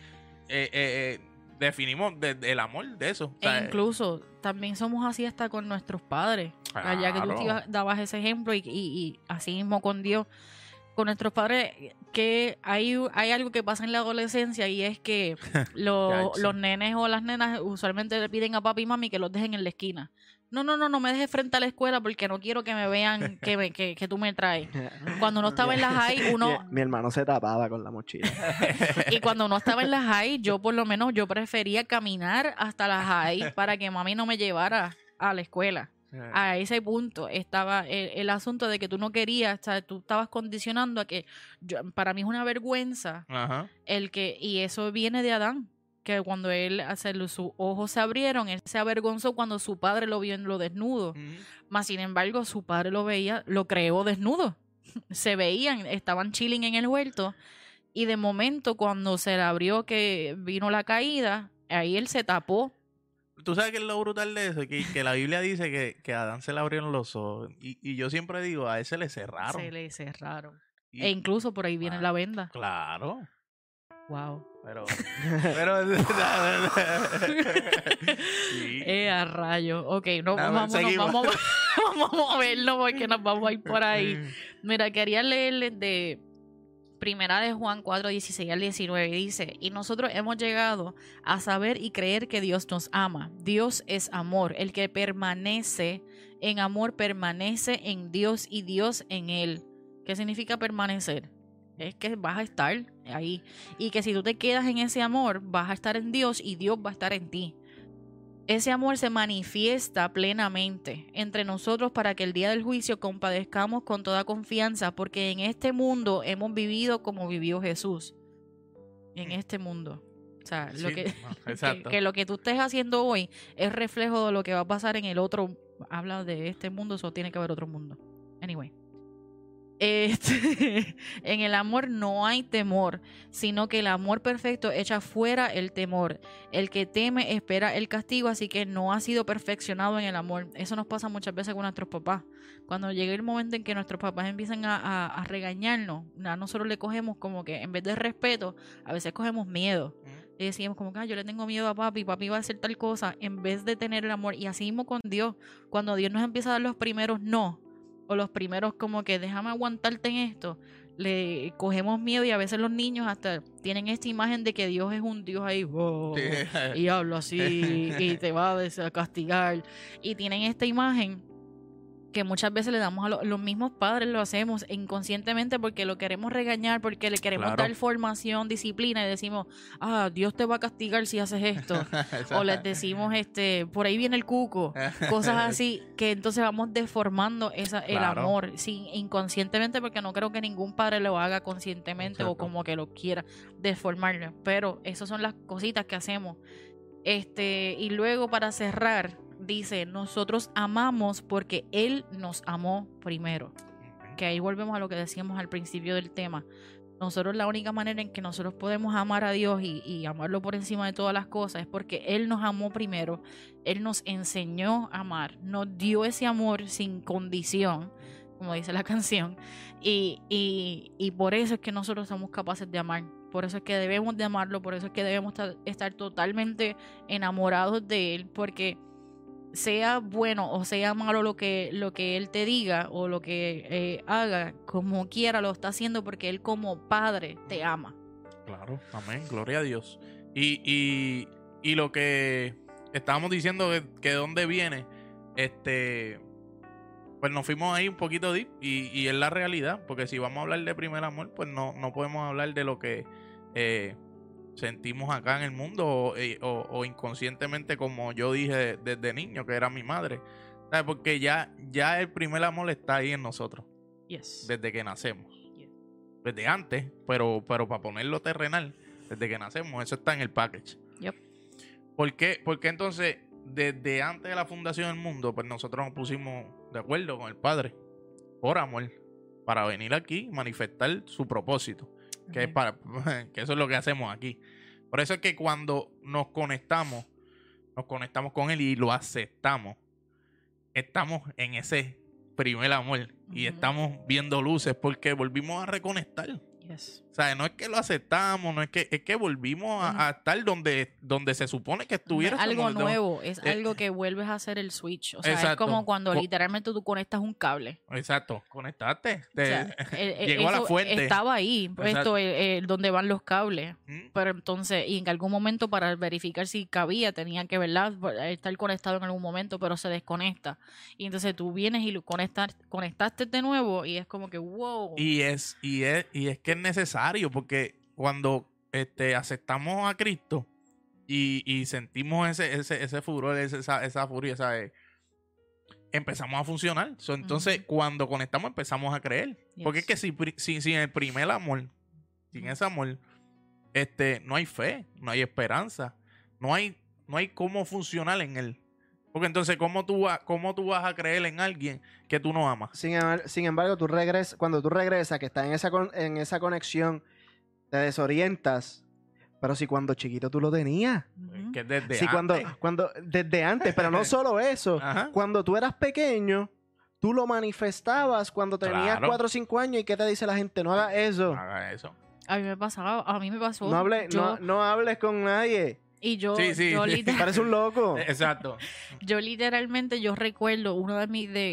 definimos el amor de eso. O sea, e incluso también somos así hasta con nuestros padres. Claro. Ya que tú dabas ese ejemplo y así mismo con Dios. Con nuestros padres, que hay algo que pasa en la adolescencia y es que los nenes o las nenas usualmente le piden a papi y mami que los dejen en la esquina. No me dejes frente a la escuela porque no quiero que me vean que tú me traes. Cuando uno estaba en la high, Mi hermano se tapaba con la mochila. Y cuando uno estaba en la high, yo por lo menos yo prefería caminar hasta la high para que mami no me llevara a la escuela. A ese punto estaba el asunto de que tú no querías, o sea, tú estabas condicionando a que para mí es una vergüenza. Ajá. Y eso viene de Adán, que cuando sus ojos se abrieron, él se avergonzó cuando su padre lo vio en lo desnudo. Mas sin embargo su padre lo creó desnudo. Se veían, estaban chilling en el huerto y de momento cuando se le abrió que vino la caída, ahí él se tapó. Tú sabes que es lo brutal de eso, que la Biblia dice que a Adán se le abrieron los ojos. Y yo siempre digo, a ese le cerraron. Se le cerraron. E incluso por ahí viene la venda. Claro. Wow. Pero sí. A rayo. Ok, vamos a verlo porque nos vamos a ir por ahí. Mira, quería leerles de Primera de Juan 4, 16 al 19, dice, y nosotros hemos llegado a saber y creer que Dios nos ama. Dios es amor. El que permanece en amor permanece en Dios y Dios en él. ¿Qué significa permanecer? Es que vas a estar ahí. Y que si tú te quedas en ese amor, vas a estar en Dios y Dios va a estar en ti. Ese amor se manifiesta plenamente entre nosotros para que el día del juicio compadezcamos con toda confianza, porque en este mundo hemos vivido como vivió Jesús. En este mundo. O sea, sí, que lo que tú estés haciendo hoy es reflejo de lo que va a pasar en el otro. Habla de este mundo, eso tiene que haber otro mundo. Anyway. En el amor no hay temor, sino que el amor perfecto echa fuera el temor. El que teme espera el castigo, así que no ha sido perfeccionado en el amor. Eso nos pasa muchas veces con nuestros papás. Cuando llega el momento en que nuestros papás empiezan a regañarnos, a nosotros le cogemos como que en vez de respeto, a veces cogemos miedo. Y decimos como que yo le tengo miedo a papi va a hacer tal cosa, en vez de tener el amor. Y así mismo con Dios, cuando Dios nos empieza a dar los primeros no, o los primeros como que déjame aguantarte en esto, le cogemos miedo y a veces los niños hasta tienen esta imagen de que Dios es un Dios ahí y habla así y te va a castigar y tienen esta imagen que muchas veces le damos a los mismos padres, lo hacemos inconscientemente porque lo queremos regañar, porque le queremos dar formación, disciplina y decimos, Dios te va a castigar si haces esto. O les decimos, por ahí viene el cuco, cosas así, que entonces vamos deformando el amor inconscientemente, porque no creo que ningún padre lo haga conscientemente. Exacto. O como que lo quiera deformarlo. Pero esas son las cositas que hacemos. Y luego para cerrar, dice, nosotros amamos porque Él nos amó primero. Que ahí volvemos a lo que decíamos al principio del tema. Nosotros la única manera en que nosotros podemos amar a Dios y amarlo por encima de todas las cosas es porque Él nos amó primero. Él nos enseñó a amar, nos dio ese amor sin condición, como dice la canción. Y por eso es que nosotros somos capaces de amar. Por eso es que debemos de amarlo, por eso es que debemos estar totalmente enamorados de Él, porque sea bueno o sea malo lo que Él te diga o lo que haga, como quiera lo está haciendo porque Él como Padre te ama. Claro, amén, gloria a Dios. Y lo que estábamos diciendo que de dónde viene, pues nos fuimos ahí un poquito deep y es la realidad, porque si vamos a hablar de primer amor, pues no podemos hablar de lo que sentimos acá en el mundo o inconscientemente, como yo dije desde niño, que era mi madre. ¿Sabes? Porque ya el primer amor está ahí en nosotros. Yes. Desde que nacemos. Yes. Desde antes, pero para ponerlo terrenal, desde que nacemos, eso está en el package. Yep. ¿Por qué? Porque entonces, desde antes de la fundación del mundo, pues nosotros nos pusimos de acuerdo con el Padre, por amor, para venir aquí y manifestar su propósito. Que, que eso es lo que hacemos aquí. Por eso es que cuando nos conectamos con Él y lo aceptamos, estamos en ese primer amor y estamos viendo luces porque volvimos a reconectar. Yes. O sea, no es que lo aceptamos, no es que volvimos a estar donde se supone que estuviera. Algo nuevo, es algo que vuelves a hacer el switch. O sea, exacto. Es como cuando literalmente tú conectas un cable. Exacto, conectaste. O sea, llegó a la fuente. Estaba ahí, esto donde van los cables. Pero entonces, y en algún momento para verificar si cabía, tenía que, ¿verdad?, estar conectado en algún momento, pero se desconecta. Y entonces tú vienes y lo conectaste de nuevo y es como que wow. Y es que es necesario, porque cuando aceptamos a Cristo y sentimos ese furor, esa furia, ¿sabes? Empezamos a funcionar. Entonces, cuando conectamos, empezamos a creer. Yes. Porque es que sin el primer amor, sin ese amor, no hay fe, no hay esperanza, no hay cómo funcionar en él. Porque entonces, ¿cómo tú vas a creer en alguien que tú no amas? Sin embargo, cuando tú regresas, que estás en esa conexión, te desorientas. Pero si cuando chiquito tú lo tenías. Que desde sí, antes. Desde antes, pero no solo eso. Ajá. Cuando tú eras pequeño, tú lo manifestabas cuando tenías 4 o 5 años. ¿Y qué te dice la gente? No hagas eso. No hagas eso. A mí me pasó. No hables con nadie. Y yo parece un loco. Exacto. Yo literalmente, yo recuerdo, una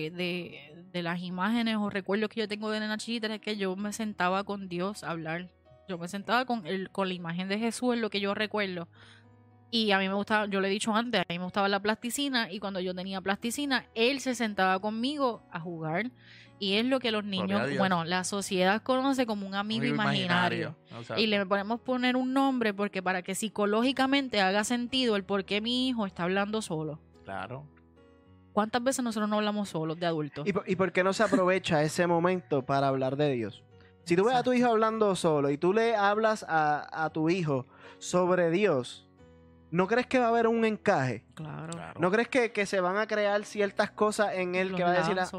de las imágenes o recuerdos que yo tengo de nena chiquita es que yo me sentaba con Dios a hablar. Yo me sentaba con la imagen de Jesús, es lo que yo recuerdo. Y a mí me gustaba, yo le he dicho antes, a mí me gustaba la plasticina y cuando yo tenía plasticina, él se sentaba conmigo a jugar. Y es lo que los niños, bueno, la sociedad conoce como un amigo imaginario. Y le podemos poner un nombre porque para que psicológicamente haga sentido el por qué mi hijo está hablando solo. Claro. ¿Cuántas veces nosotros no hablamos solos de adultos? ¿Y por qué no se aprovecha ese momento para hablar de Dios? Si tú ves a tu hijo hablando solo y tú le hablas a tu hijo sobre Dios, ¿no crees que va a haber un encaje? Claro. ¿No crees que se van a crear ciertas cosas en él que va a decir,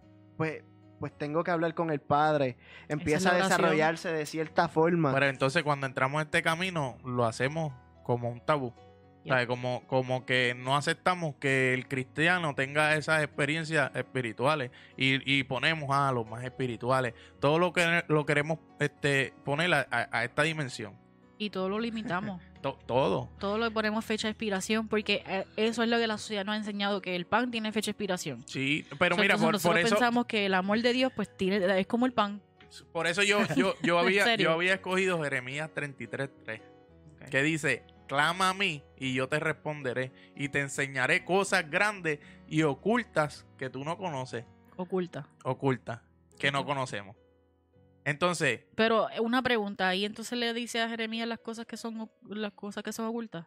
pues tengo que hablar con el Padre? Empieza a desarrollarse de cierta forma. Pero entonces cuando entramos en este camino, lo hacemos como un tabú. ¿Sabes? Como que no aceptamos que el cristiano tenga esas experiencias espirituales y ponemos a los más espirituales. Todo lo queremos poner a esta dimensión. Y todo lo limitamos. Todo. Todo lo ponemos fecha de expiración porque eso es lo que la sociedad nos ha enseñado, que el pan tiene fecha de expiración. Sí, pero mira, por eso pensamos que el amor de Dios pues es como el pan. Por eso yo había escogido Jeremías 33:3, que dice: clama a mí y yo te responderé y te enseñaré cosas grandes y ocultas que tú no conoces. Ocultas, que no conocemos. Entonces, pero una pregunta, ahí entonces le dice a Jeremías las cosas que son ocultas.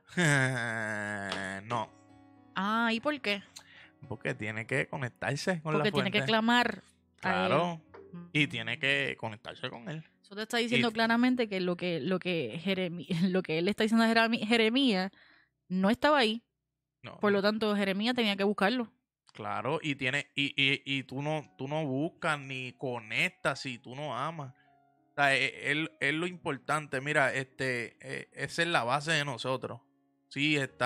No. Ah, ¿y por qué? Porque tiene que conectarse con la fuente. Porque tiene que clamar. Claro. Y tiene que conectarse con él. Eso te está diciendo claramente que lo que él está diciendo a Jeremías no estaba ahí. No, Por lo tanto, Jeremías tenía que buscarlo. claro, y tú no buscas ni conectas si tú no amas. O sea, es lo importante. Mira, esa es la base de nosotros. Sí, es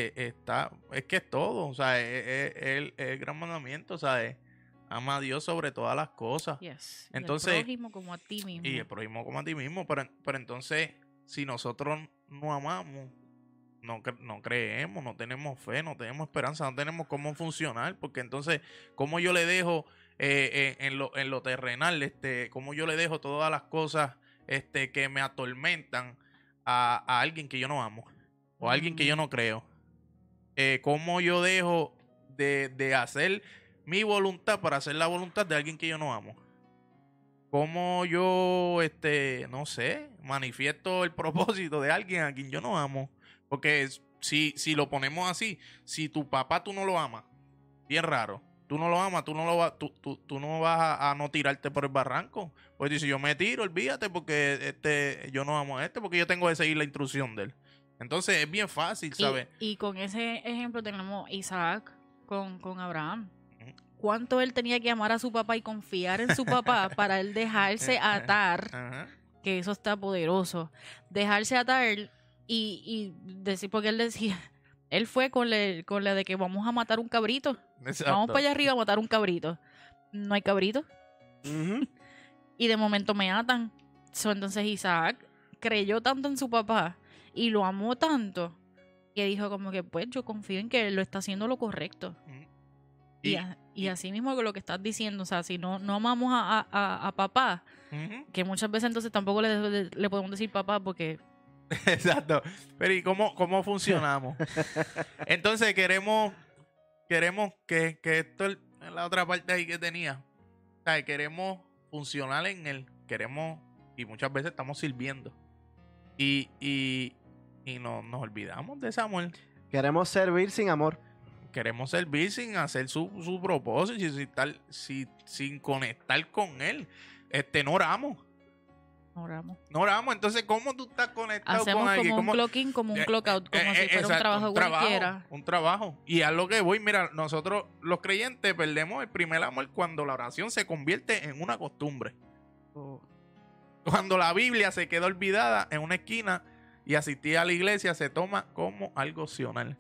que es todo. O sea, es el gran mandamiento, ¿sabes? Ama a Dios sobre todas las cosas. Yes. Entonces, y el prójimo como a ti mismo. y el prójimo como a ti mismo. Pero entonces, si nosotros no amamos, no creemos, no tenemos fe, no tenemos esperanza, no tenemos cómo funcionar, porque entonces, ¿cómo yo le dejo en lo terrenal, cómo yo le dejo todas las cosas que me atormentan a alguien que yo no amo o a alguien que yo no creo? ¿Cómo yo dejo de hacer mi voluntad para hacer la voluntad de alguien que yo no amo? ¿Cómo yo, no sé, manifiesto el propósito de alguien a quien yo no amo? Porque si lo ponemos así, si tu papá tú no lo amas, bien raro, tú no lo amas, tú no vas a no tirarte por el barranco. Pues dice, yo me tiro, olvídate, porque yo no amo a porque yo tengo que seguir la instrucción de él. Entonces es bien fácil, ¿sabes? Y con ese ejemplo tenemos Isaac con Abraham. ¿Cuánto él tenía que amar a su papá y confiar en su papá para él dejarse atar? Ajá. Que eso está poderoso. Dejarse atar y decir, porque él decía, él fue con la de que vamos a matar un cabrito. Exacto. Vamos para allá arriba a matar un cabrito. No hay cabrito. Ujú. Y de momento me atan. Entonces Isaac creyó tanto en su papá y lo amó tanto que dijo como que pues yo confío en que él lo está haciendo lo correcto. Y así mismo con lo que estás diciendo, o sea, si no amamos a papá, que muchas veces entonces tampoco le podemos decir papá porque... Exacto. Pero ¿y cómo funcionamos? Entonces queremos que esto es la otra parte ahí que tenía. O sea, queremos funcionar en él. Y muchas veces estamos sirviendo. Y nos olvidamos de ese amor. Queremos servir sin amor. Queremos servir sin hacer su propósito y sin conectar con él. No oramos. No oramos. Entonces, ¿cómo tú estás conectado Hacemos con alguien? como un clock in, como un clock out, como si fuera Exacto, un trabajo cualquiera. Un trabajo. Y a lo que voy, mira, nosotros los creyentes perdemos el primer amor cuando la oración se convierte en una costumbre. Cuando la Biblia se queda olvidada en una esquina y asistir a la iglesia se toma como algo opcional.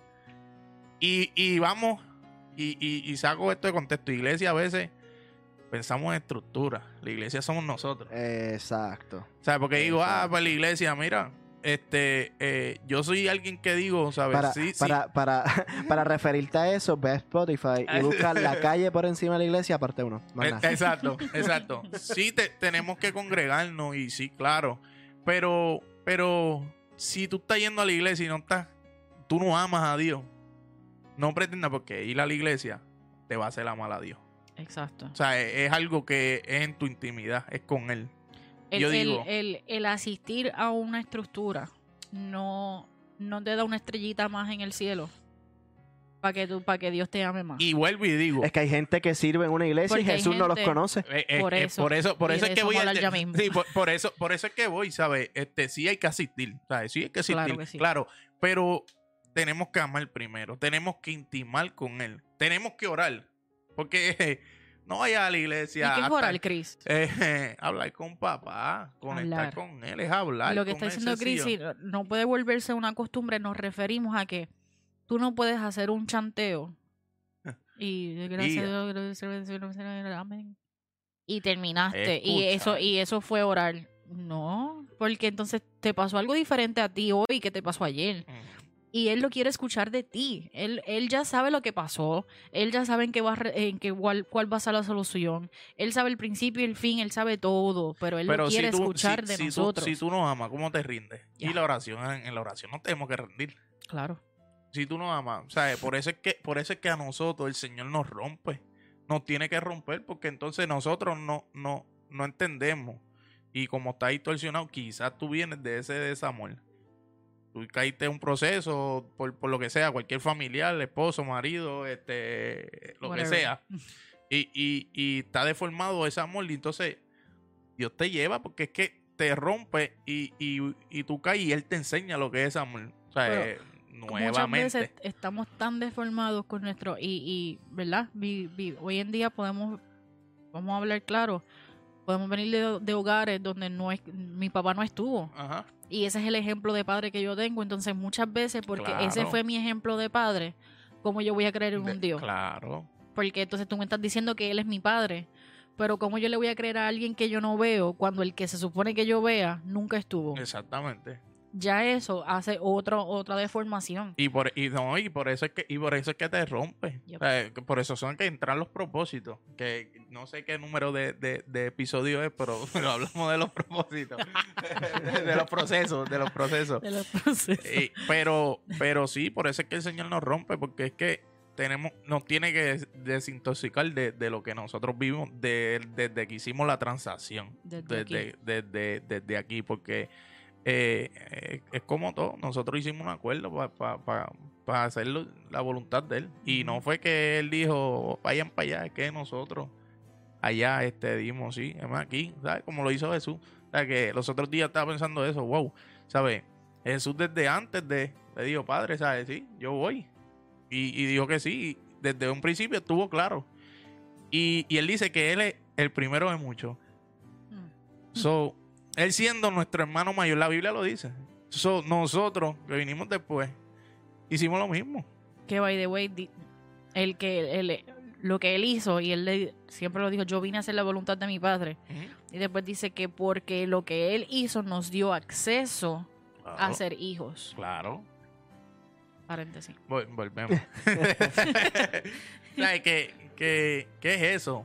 Y vamos, y saco esto de contexto. Iglesia a veces pensamos en estructura. La iglesia somos nosotros. Exacto. ¿Sabes? Porque digo, Exacto. pues la iglesia, mira, yo soy alguien que digo, ¿sabes? Para referirte a eso, ve a Spotify y busca La calle por encima de la iglesia, parte 1. Exacto. Sí, tenemos que congregarnos y sí, claro. Pero si tú estás yendo a la iglesia y tú no amas a Dios, no pretendas porque ir a la iglesia te va a hacer amar a Dios. Exacto. O sea, es algo que es en tu intimidad, es con Él. El asistir a una estructura no te da una estrellita más en el cielo para que Dios te ame más. Y vuelvo y digo, Es que hay gente que sirve en una iglesia Porque y hay Jesús no los gente- conoce. por eso es que voy vamos a hablar ya mismo. Sí, por eso es que voy, ¿sabes? Sí hay que asistir, ¿sabes? Sí hay que asistir, Claro que sí. claro, pero tenemos que amar primero, tenemos que intimar con Él, tenemos que orar, porque no vaya a la ¿Y iglesia. qué es orar, Chris? Hablar con papá, conectar Hablar. con Él, es hablar. Lo que con está él diciendo Chris sencillo. no puede volverse una costumbre. Nos referimos a que tú no puedes hacer un chanteo y gracias a Dios, amén, y terminaste Escuchar. y eso fue orar. No, porque entonces te pasó algo diferente a ti hoy que te pasó ayer. Y él lo quiere escuchar de ti. Él ya sabe lo que pasó. Él ya sabe cuál va a ser la solución. Él sabe el principio y el fin. Él sabe todo. Pero él lo quiere escuchar de nosotros. Si tú no amas, ¿cómo te rindes? Ya. Y la oración, en la oración no tenemos que rendir. Claro. Si tú no amas, ¿sabes? Por eso es que a nosotros el Señor nos rompe. Nos tiene que romper porque entonces nosotros no entendemos. Y como está distorsionado, quizás tú vienes de ese desamor. Tú caíste en un proceso por lo que sea, cualquier familiar, esposo, marido, lo que Whatever. sea. Y está deformado ese amor. Y entonces Dios te lleva porque es que te rompe y tú caes y Él te enseña lo que es amor. O sea, Pero- muchas veces estamos tan deformados con nuestro... Y ¿verdad? Hoy en día vamos a hablar claro, podemos venir de hogares donde mi papá no estuvo. Ajá. Y ese es el ejemplo de padre que yo tengo. Entonces, muchas veces, porque ese fue mi ejemplo de padre, ¿cómo yo voy a creer en un Dios? Claro. Porque entonces tú me estás diciendo que Él es mi padre. Pero ¿cómo yo le voy a creer a alguien que yo no veo cuando el que se supone que yo vea nunca estuvo? Exactamente. Ya eso hace otra deformación. Y por eso es que te rompe. Yep. O sea, por eso son que entran los propósitos. Que no sé qué número de episodio es, pero hablamos de los propósitos. de los procesos. De los procesos. Pero sí, por eso es que el Señor nos rompe, porque es que nos tiene que desintoxicar de lo que nosotros vivimos desde que hicimos la transacción. Desde aquí, porque es como todo. Nosotros hicimos un acuerdo para hacer la voluntad de Él. Y no fue que Él dijo, vayan para allá, es que nosotros allá dimos, sí, es más aquí, ¿sabes? Como lo hizo Jesús. O sea, que los otros días estaba pensando eso, wow, ¿sabes? Jesús desde antes le dijo, Padre, ¿sabes? Sí, yo voy. Y dijo que sí, desde un principio estuvo claro. Y Él dice que Él es el primero de muchos. So, Él siendo nuestro hermano mayor, la Biblia lo dice. So, nosotros, que vinimos después, hicimos lo mismo. Que, by the way, lo que Él hizo, y Él siempre lo dijo, yo vine a hacer la voluntad de mi Padre. Y después dice que porque lo que Él hizo nos dio acceso a ser hijos. Claro. Paréntesis. Volvemos. ¿Sabes qué es eso?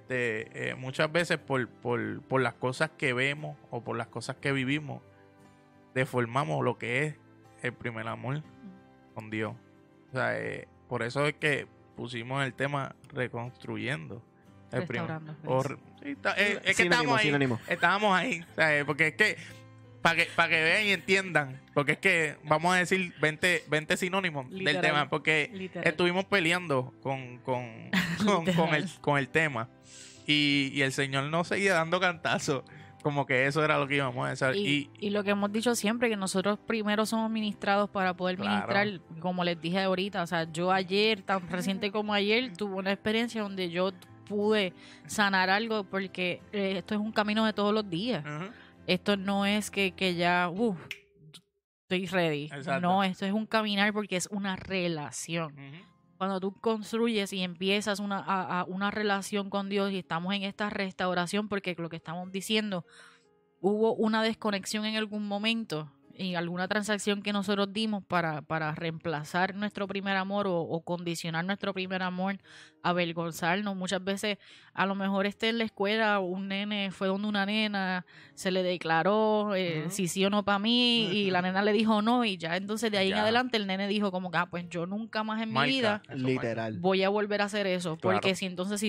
Muchas veces por las cosas que vemos o por las cosas que vivimos, deformamos lo que es el primer amor con Dios. O sea, por eso es que pusimos el tema reconstruyendo. Restaurando. Es que estábamos ahí. ¿Sabes? Porque es que para que vean y entiendan, porque es que vamos a decir 20 sinónimos del tema, porque estuvimos peleando con el tema y el Señor nos seguía dando cantazos, como que eso era lo que íbamos a hacer. Y lo que hemos dicho siempre, que nosotros primero somos ministrados para poder ministrar, como les dije ahorita. O sea, yo ayer, tan reciente como ayer, tuve una experiencia donde yo pude sanar algo, porque esto es un camino de todos los días. Esto no es que ya, estoy ready. Exacto. No, esto es un caminar, porque es una relación. Cuando tú construyes y empiezas una relación con Dios, y estamos en esta restauración, porque lo que estamos diciendo, hubo una desconexión en algún momento, y alguna transacción que nosotros dimos para reemplazar nuestro primer amor o condicionar nuestro primer amor, avergonzarnos. Muchas veces, a lo mejor en la escuela, un nene fue donde una nena, se le declaró si sí o no para mí, y la nena le dijo no, y ya entonces de ahí en adelante el nene dijo como que pues yo nunca más en mi vida literal voy a volver a hacer eso, porque si entonces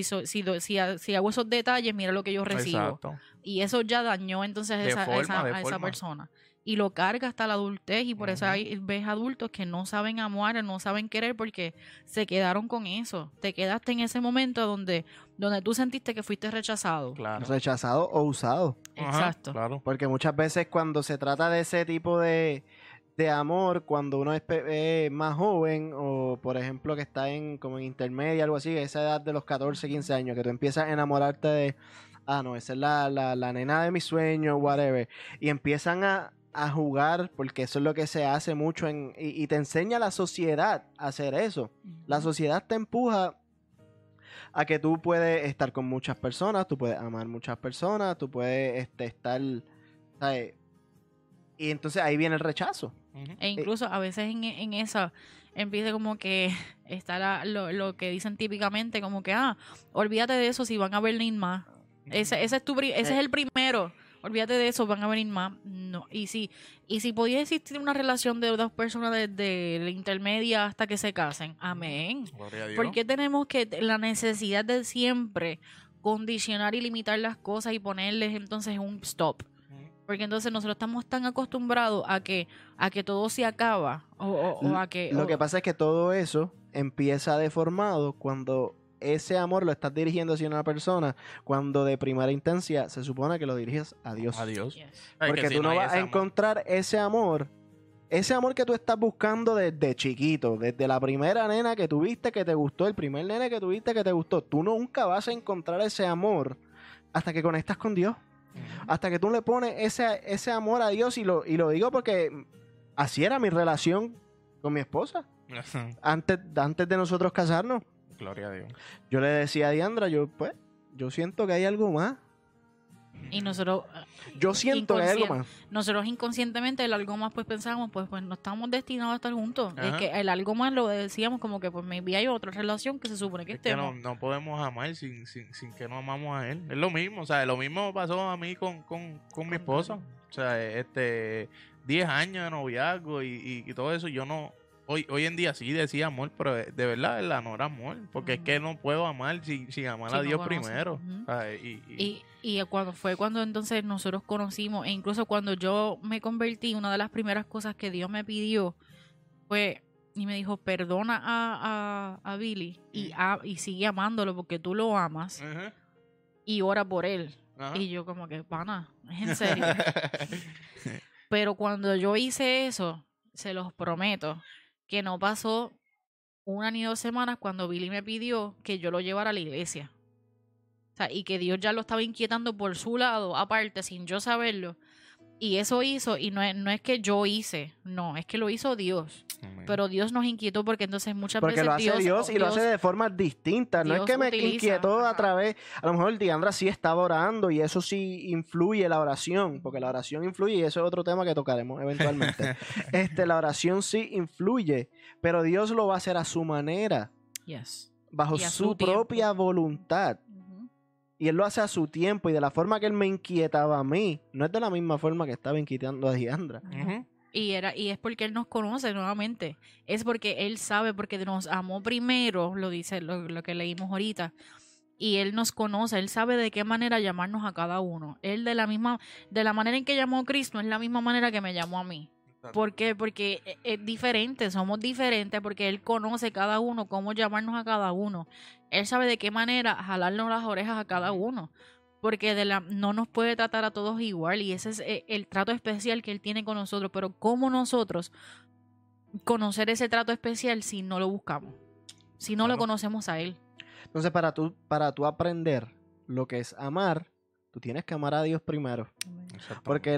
si hago esos detalles, mira lo que yo recibo. Exacto. Y eso ya dañó entonces a esa persona. Y lo carga hasta la adultez, y por eso ves adultos que no saben amar, no saben querer, porque se quedaron con eso. Te quedaste en ese momento donde tú sentiste que fuiste rechazado. Claro. Rechazado o usado. Exacto. Claro. Porque muchas veces cuando se trata de ese tipo de amor, cuando uno es más joven, o por ejemplo que está como en intermedia, algo así, esa edad de los 14, 15 años, que tú empiezas a enamorarte de, no, esa es la nena de mis sueños, whatever, y empiezan a jugar, porque eso es lo que se hace mucho y te enseña la sociedad a hacer eso. La sociedad te empuja a que tú puedes estar con muchas personas, tú puedes amar muchas personas, tú puedes estar, ¿sabes? Y entonces ahí viene el rechazo. E incluso a veces en esa empieza como que está lo que dicen típicamente, como que olvídate de eso, si van a venir más. Ese es el primero. Olvídate de eso, van a venir más. No. Y si podía existir una relación de dos personas desde la intermedia hasta que se casen, amén. ¿Por qué tenemos la necesidad de siempre condicionar y limitar las cosas y ponerles entonces un stop? Porque entonces nosotros estamos tan acostumbrados a que todo se acaba. Lo que pasa es que todo eso empieza deformado cuando ese amor lo estás dirigiendo hacia una persona, cuando de primera instancia se supone que lo diriges a Dios. A Dios. Yes. Porque tú no vas a encontrar ese amor ese amor que tú estás buscando desde chiquito, desde la primera nena que tuviste que te gustó, el primer nene que tuviste que te gustó, tú nunca vas a encontrar ese amor hasta que conectas con Dios. Hasta que tú le pones ese amor a Dios, y lo digo porque así era mi relación con mi esposa. Antes de nosotros casarnos, Gloria a Dios. yo le decía a Diandra, yo siento que hay algo más. Y nosotros, Yo siento que hay algo más. nosotros inconscientemente el algo más pues pensábamos, pues no estamos destinados a estar juntos. Ajá. Es que el algo más lo decíamos como que pues maybe hay otra relación que se supone que Es que estemos. no podemos amar sin que no amamos a él. Es lo mismo, o sea, lo mismo pasó a mí con mi esposa. O sea, 10 años de noviazgo y todo eso. Yo no, hoy en día sí decía amor, pero de verdad no era amor. Porque es que no puedo amar sin amar Si a no Dios conoces. primero. Ujú. O sea, Y cuando entonces nosotros conocimos, e incluso cuando yo me convertí, una de las primeras cosas que Dios me pidió fue, y me dijo, perdona a Billy y sigue amándolo porque tú lo amas Ajá, y ora por él. ajá. Y yo como que, pana, es en serio. Pero cuando yo hice eso, se los prometo, que no pasó 1 ni 2 semanas cuando Billy me pidió que yo lo llevara a la iglesia. O sea, y que Dios ya lo estaba inquietando por su lado, aparte, sin yo saberlo. Y eso hizo, y no es que yo hice, no, es que lo hizo Dios. Amén. Pero Dios nos inquietó porque entonces muchas Porque veces lo hace Dios y lo hace de formas distintas. No es Dios que me utiliza, inquietó a ajá. través. A lo mejor Diandra sí estaba orando y eso sí influye la oración, porque la oración influye y eso es otro tema que tocaremos eventualmente. La oración sí influye, pero Dios lo va a hacer a su manera, Yes. bajo Y a su su tiempo. propia voluntad. Ujú. Y Él lo hace a su tiempo y de la forma que Él me inquietaba a mí, no es de la misma forma que estaba inquietando a Diandra. Ujú. Y es porque Él nos conoce nuevamente. Es porque Él sabe, porque nos amó primero, lo dice lo que leímos ahorita. Y Él nos conoce, Él sabe de qué manera llamarnos a cada uno. Él de la manera en que llamó a Cristo, es la misma manera que me llamó a mí. ¿Por qué? Porque es diferente, somos diferentes, porque Él conoce cada uno, cómo llamarnos a cada uno. Él sabe de qué manera jalarnos las orejas a cada uno. Porque no nos puede tratar a todos igual, y ese es el trato especial que Él tiene con nosotros. Pero ¿cómo nosotros conocer ese trato especial si no lo buscamos? Si no lo Claro. conocemos a Él. Entonces, para tú aprender lo que es amar, tú tienes que amar a Dios primero. Exactamente. Porque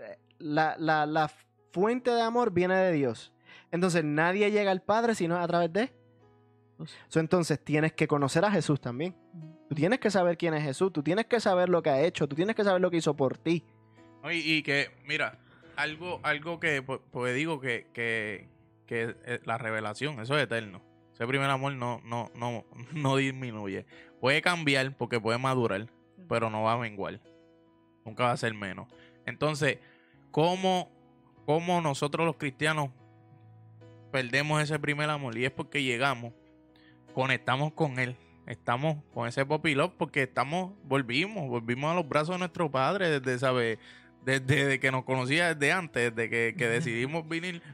la fuente de amor viene de Dios. Entonces, nadie llega al Padre sino a través de Dios. Entonces, tienes que conocer a Jesús también. Tú tienes que saber quién es Jesús. Tú tienes que saber lo que ha hecho. Tú tienes que saber lo que hizo por ti. No, y que, mira, algo que pues digo que la revelación, eso es eterno. Ese primer amor no disminuye. Puede cambiar porque puede madurar, pero no va a menguar. Nunca va a ser menos. Entonces, ¿cómo nosotros los cristianos perdemos ese primer amor? Y es porque llegamos, conectamos con él. Estamos con ese popilop porque volvimos a los brazos de nuestro padre desde que nos conocía desde antes, desde que decidimos venir,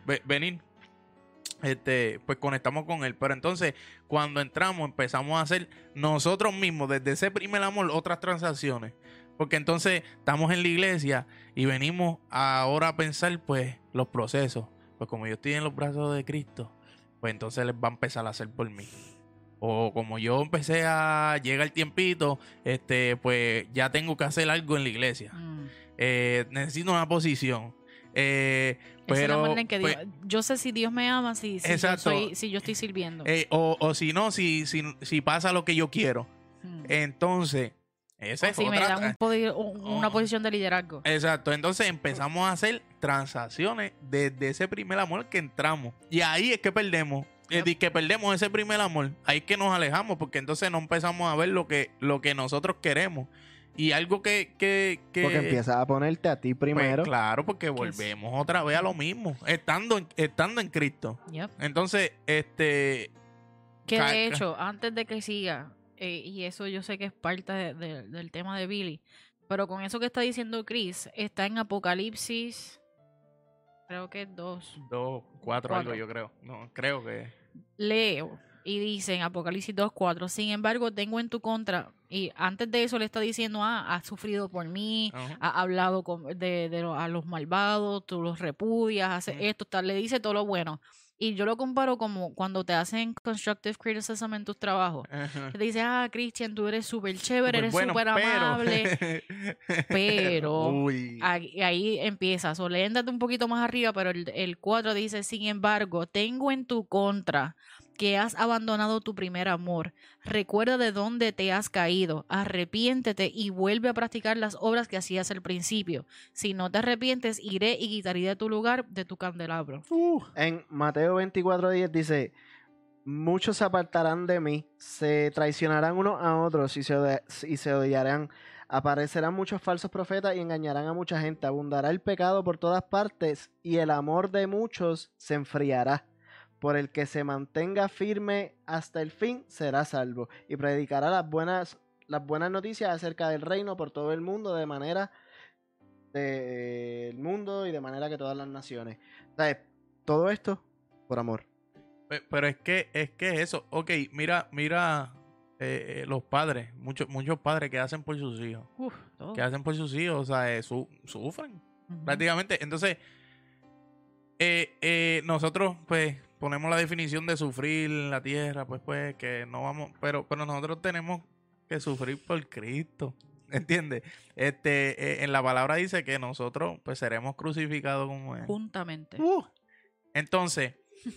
pues conectamos con él. Pero entonces, cuando entramos, empezamos a hacer nosotros mismos, desde ese primer amor, otras transacciones. Porque entonces estamos en la iglesia y venimos ahora a pensar, pues, los procesos. Pues como yo estoy en los brazos de Cristo, pues entonces les va a empezar a hacer por mí. O como yo empecé llega el tiempito, pues ya tengo que hacer algo en la iglesia. Necesito una posición. Esa es la Pero manera en que pues, yo sé si Dios me ama, si exacto. yo estoy sirviendo. o si no, si pasa lo que yo quiero. Entonces, esa es si me otra. dan una posición de liderazgo. Exacto, entonces empezamos a hacer transacciones desde ese primer amor que entramos. Y ahí es que perdemos. Que perdemos ese primer amor. Ahí es que nos alejamos, porque entonces no empezamos a ver lo que nosotros queremos. Y algo que Porque empiezas a ponerte a ti primero. pues, claro, porque volvemos otra vez a lo mismo, estando en Cristo. Yep. Entonces, Que de hecho, antes de que siga, y eso yo sé que es parte del tema de Billy, pero con eso que está diciendo Chris, está en Apocalipsis, creo que es 2. 2, 4 algo yo creo. No, creo que... Leo, Y dice en Apocalipsis 2:4, sin embargo, tengo en tu contra. Y antes de eso le está diciendo, has sufrido por mí, Ajá. has hablado a los malvados, tú los repudias, haces esto, tal, le dice todo lo bueno. Y yo lo comparo como cuando te hacen constructive criticism en tus trabajos. Ajá. Que te dice, Christian, tú eres súper chévere, eres Bueno, súper amable. Pero Uy. ahí empieza. Léndate un poquito más arriba, pero el 4 dice, sin embargo, tengo en tu contra que has abandonado tu primer amor. Recuerda de dónde te has caído. Arrepiéntete y vuelve a practicar las obras que hacías al principio. Si no te arrepientes, iré y quitaré de tu lugar de tu candelabro. En Mateo 24:10 dice, muchos se apartarán de mí, se traicionarán unos a otros y se odiarán. Aparecerán muchos falsos profetas y engañarán a mucha gente. Abundará el pecado por todas partes y el amor de muchos se enfriará. Por el que se mantenga firme hasta el fin será salvo. Y predicará las buenas noticias acerca del reino por todo el mundo, de manera que todas las naciones. O sea, todo esto por amor. Pero es que es eso. Ok, mira los padres, muchos padres que hacen por sus hijos. Todo. Que hacen por sus hijos, o sea, sufren Ujú. prácticamente. Entonces, nosotros pues ponemos la definición de sufrir en la tierra, pues que no vamos, pero nosotros tenemos que sufrir por Cristo, ¿entiendes? En la palabra dice que nosotros pues seremos crucificados como Él. Juntamente. Entonces,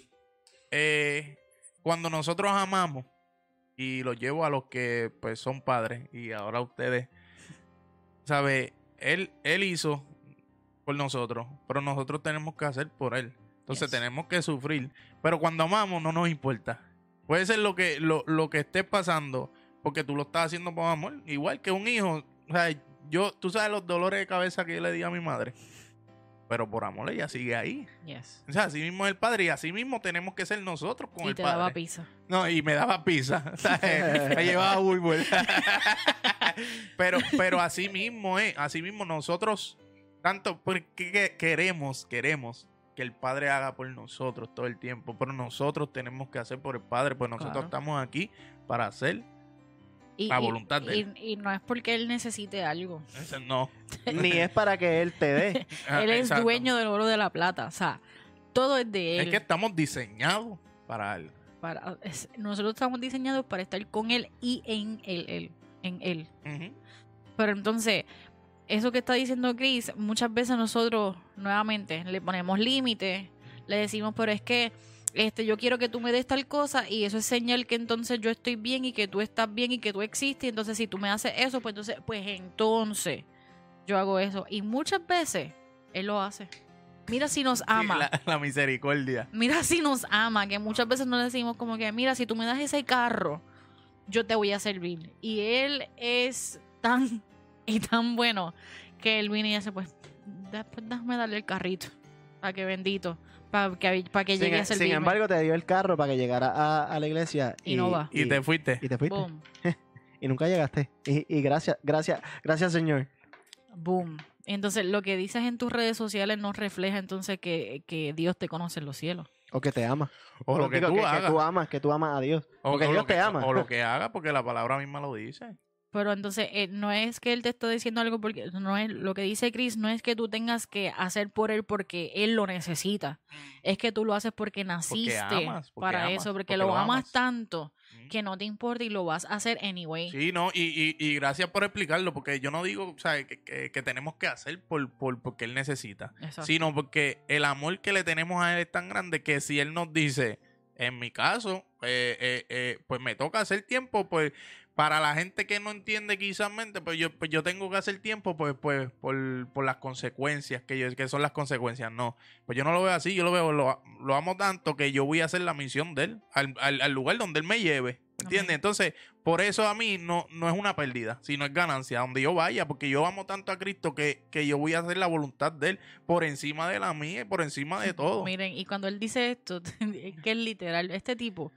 cuando nosotros amamos, y lo llevo a los que pues son padres, y ahora ustedes, ¿sabe? Él hizo por nosotros, pero nosotros tenemos que hacer por Él. Entonces Yes. tenemos que sufrir. Pero cuando amamos no nos importa. Puede ser lo que esté pasando, porque tú lo estás haciendo por amor. Igual que un hijo. O sea, tú sabes los dolores de cabeza que yo le di a mi madre. Pero por amor ella sigue ahí. Yes. O sea, así mismo es el padre y así mismo tenemos que ser nosotros con Y el te padre. daba pizza. No, y me daba pizza. O sea, me llevaba Woolworth. pero así mismo es. Así mismo nosotros, tanto porque queremos que el Padre haga por nosotros todo el tiempo. Pero nosotros tenemos que hacer por el Padre. Pues nosotros Claro. estamos aquí para hacer Y, la voluntad de Él. y no es porque él necesite algo. Ese no. Ni es para que él te dé. Ah, Él es exacto. dueño del oro de la plata. O sea, todo es de él. Es que estamos diseñados para Él. Nosotros estamos diseñados para estar con él y en él. Ujú. Pero entonces, eso que está diciendo Chris, muchas veces nosotros nuevamente le ponemos límites, le decimos, pero es que yo quiero que tú me des tal cosa y eso es señal que entonces yo estoy bien y que tú estás bien y que tú existes. Entonces, si tú me haces eso, pues entonces yo hago eso. Y muchas veces él lo hace. Mira si nos ama. Sí, la misericordia. Mira si nos ama, que muchas veces nos decimos como que, mira, si tú me das ese carro, yo te voy a servir. Y él es tan bueno que él viene y dice, pues, después déjame darle el carrito, para que bendito, para que llegue a servirme. Sin embargo, te dio el carro para que llegara a la iglesia. Y no va. Y te fuiste. Y te fuiste. Boom, Y nunca llegaste. Y gracias, Señor. boom. Entonces, lo que dices en tus redes sociales no refleja entonces que Dios te conoce en los cielos. O que te ama. O lo que Digo, tú hagas. que tú amas a Dios. Porque o Dios lo que, te ama. O lo que haga, porque la palabra misma lo dice. Pero entonces, no es que él te está diciendo algo porque no es lo que dice Chris, no es que tú tengas que hacer por él porque él lo necesita. Es que tú lo haces porque naciste amas, porque para amas, eso, porque porque lo lo amas amas. tanto que no te importa y lo vas a hacer anyway. Sí, no, y gracias por explicarlo, porque yo no digo, o sea, que tenemos que hacer porque él necesita, Exacto. sino porque el amor que le tenemos a él es tan grande que si él nos dice, en mi caso, pues me toca hacer tiempo, pues para la gente que no entiende quizás mente, pues yo tengo que hacer tiempo pues por las consecuencias, que son las consecuencias, no. Pues yo no lo veo así, yo lo amo tanto que yo voy a hacer la misión de él, al lugar donde él me lleve, ¿entiendes? Amén. Entonces, por eso a mí no es una pérdida, sino es ganancia, donde yo vaya, porque yo amo tanto a Cristo que yo voy a hacer la voluntad de él por encima de la mía y por encima de todo. Miren, y cuando él dice esto, es que es literal, este tipo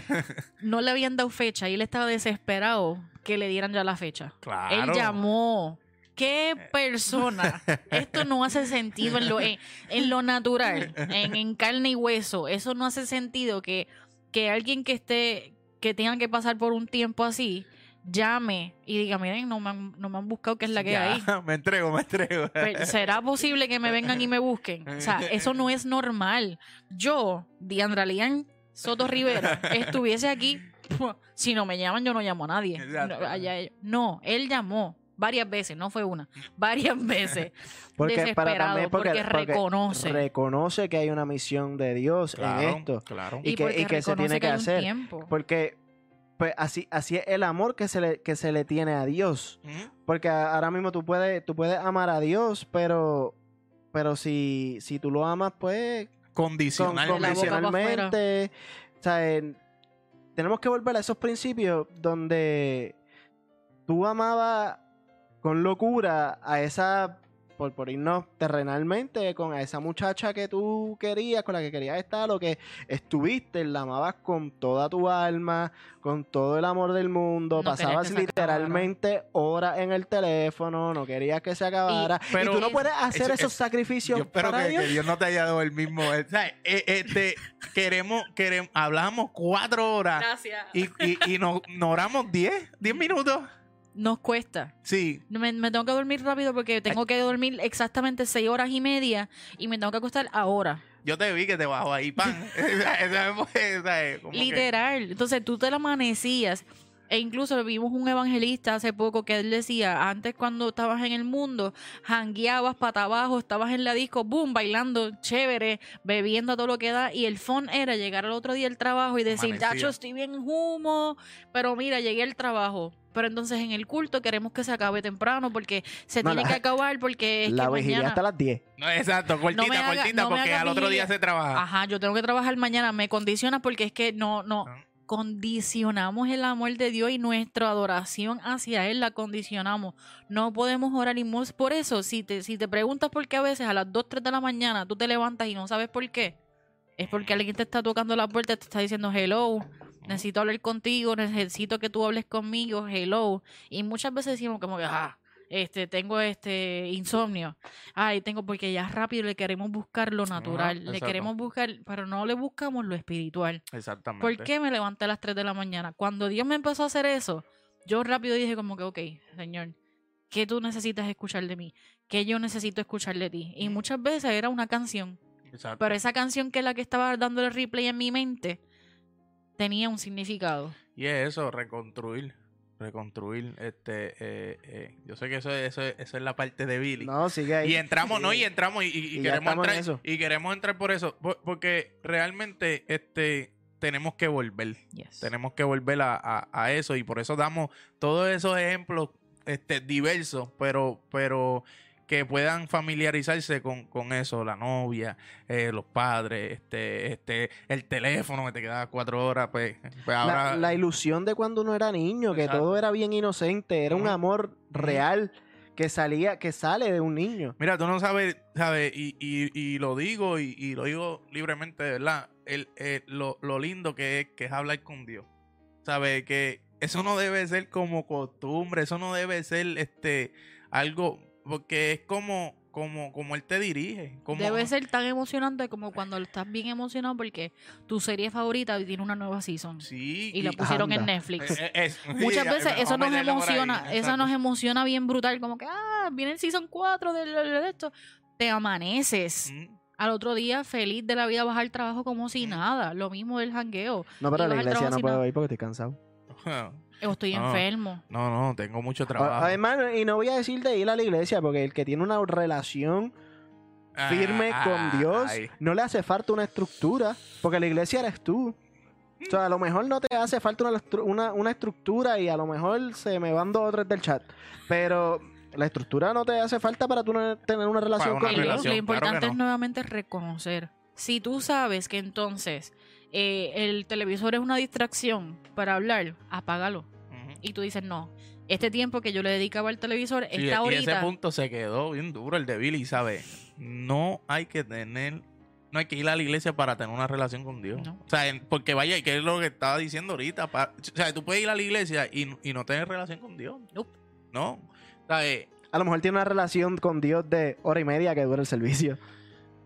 no le habían dado fecha y él estaba desesperado que le dieran ya la fecha. Claro. Él llamó. ¿Qué persona? Esto no hace sentido en lo natural, en carne y hueso. Eso no hace sentido que que alguien que tenga que pasar por un tiempo así, llame y diga, miren, no me han buscado, ¿qué es la que hay? Me entrego. Pero, ¿será posible que me vengan y me busquen? O sea, eso no es normal. Yo, Diandra Lian Soto Rivera, estuviese aquí, si no me llaman, yo no llamo a nadie. No, él llamó varias veces, no fue una, varias veces. Desesperado, porque reconoce que hay una misión de Dios en esto. Claro. Y que se tiene que hacer. Porque pues así es el amor que se le tiene a Dios. Porque ahora mismo tú puedes amar a Dios, pero si tú lo amas, pues condicionalmente. O sea, tenemos que volver a esos principios donde tú amabas con locura a esa, por irnos terrenalmente, a esa muchacha que tú querías, con la que querías estar, o que estuviste, la amabas con toda tu alma, con todo el amor del mundo, pasabas literalmente horas en el teléfono, no querías que se acabara, y tú no puedes hacer esos sacrificios. Yo espero para que Dios no te haya dado el mismo. Hablamos 4 horas. Gracias. Y nos oramos 10 minutos. Nos cuesta. Sí. Me tengo que dormir rápido porque tengo que dormir exactamente 6 horas y media y me tengo que acostar ahora. Yo te vi que te bajo ahí, pan. Literal. Entonces tú te la amanecías. E incluso vimos un evangelista hace poco que él decía, antes cuando estabas en el mundo, jangueabas pata abajo, estabas en la disco, boom, bailando, chévere, bebiendo todo lo que da, y el fun era llegar al otro día al trabajo y decir, yo estoy bien humo, pero mira, llegué al trabajo. Pero entonces en el culto queremos que se acabe temprano porque tiene que acabar porque es la que vigilia mañana... hasta las 10. No, exacto, cortita, porque al otro día se trabaja. Ajá, yo tengo que trabajar mañana, me condiciona porque es que no. Condicionamos el amor de Dios y nuestra adoración hacia Él la condicionamos. No podemos orar y más. Por eso, si te preguntas por qué a veces a las 2, 3 de la mañana tú te levantas y no sabes por qué, es porque alguien te está tocando la puerta y te está diciendo hello, necesito hablar contigo, necesito que tú hables conmigo, hello. Y muchas veces decimos como que tengo insomnio. Porque ya rápido le queremos buscar lo natural, le queremos buscar, pero no le buscamos lo espiritual. Exactamente. ¿Por qué me levanté a las 3 de la mañana? Cuando Dios me empezó a hacer eso, yo rápido dije como que, ok, Señor, ¿qué tú necesitas escuchar de mí? ¿Qué yo necesito escuchar de ti? Y muchas veces era una canción. Exacto. Pero esa canción que es la que estaba dándole replay en mi mente tenía un significado. Y es eso, reconstruir. Yo sé que eso es la parte de Billy. No, sigue ahí. Y entramos y queremos entrar por eso, porque realmente tenemos que volver. Yes. Tenemos que volver a eso, y por eso damos todos esos ejemplos diversos, pero que puedan familiarizarse con eso, la novia, los padres, el teléfono que te quedaba 4 horas, pues ahora... La ilusión de cuando uno era niño, que Exacto. todo era bien inocente, era un amor real que sale de un niño. Mira, tú no sabes, y lo digo, y lo digo libremente, de verdad, lo lindo que es hablar con Dios. ¿Sabes? Que eso no debe ser como costumbre, eso no debe ser algo... Porque es como Él te dirige. Debe ser tan emocionante como cuando estás bien emocionado porque tu serie favorita tiene una nueva season. Sí. Y la pusieron en Netflix. Muchas Sí, veces eso nos emociona. ahí, eso nos emociona bien brutal. Como que, viene el season 4 de esto. Te amaneces. Al otro día, feliz de la vida, vas al trabajo como si nada. Lo mismo del jangueo. No, pero a la iglesia no puedo ir porque estoy cansado. O estoy enfermo. No, tengo mucho trabajo. Además, y no voy a decir de ir a la iglesia, porque el que tiene una relación firme con Dios, no le hace falta una estructura, porque la iglesia eres tú. O sea, a lo mejor no te hace falta una estructura, y a lo mejor se me van 2 o 3 del chat, pero la estructura no te hace falta para tú tener una relación con Dios. Lo importante es nuevamente reconocer. Si tú sabes que entonces el televisor es una distracción para hablar, apágalo. Y tú dices, no, este tiempo que yo le dedicaba al televisor, esta horita... Y ese punto se quedó bien duro, el de Billy, ¿sabes? No hay que ir a la iglesia para tener una relación con Dios. No. O sea, porque vaya, que es lo que estaba diciendo ahorita. O sea, tú puedes ir a la iglesia y no tener relación con Dios. No. O sea, a lo mejor tiene una relación con Dios de 1 hora y media que dura el servicio.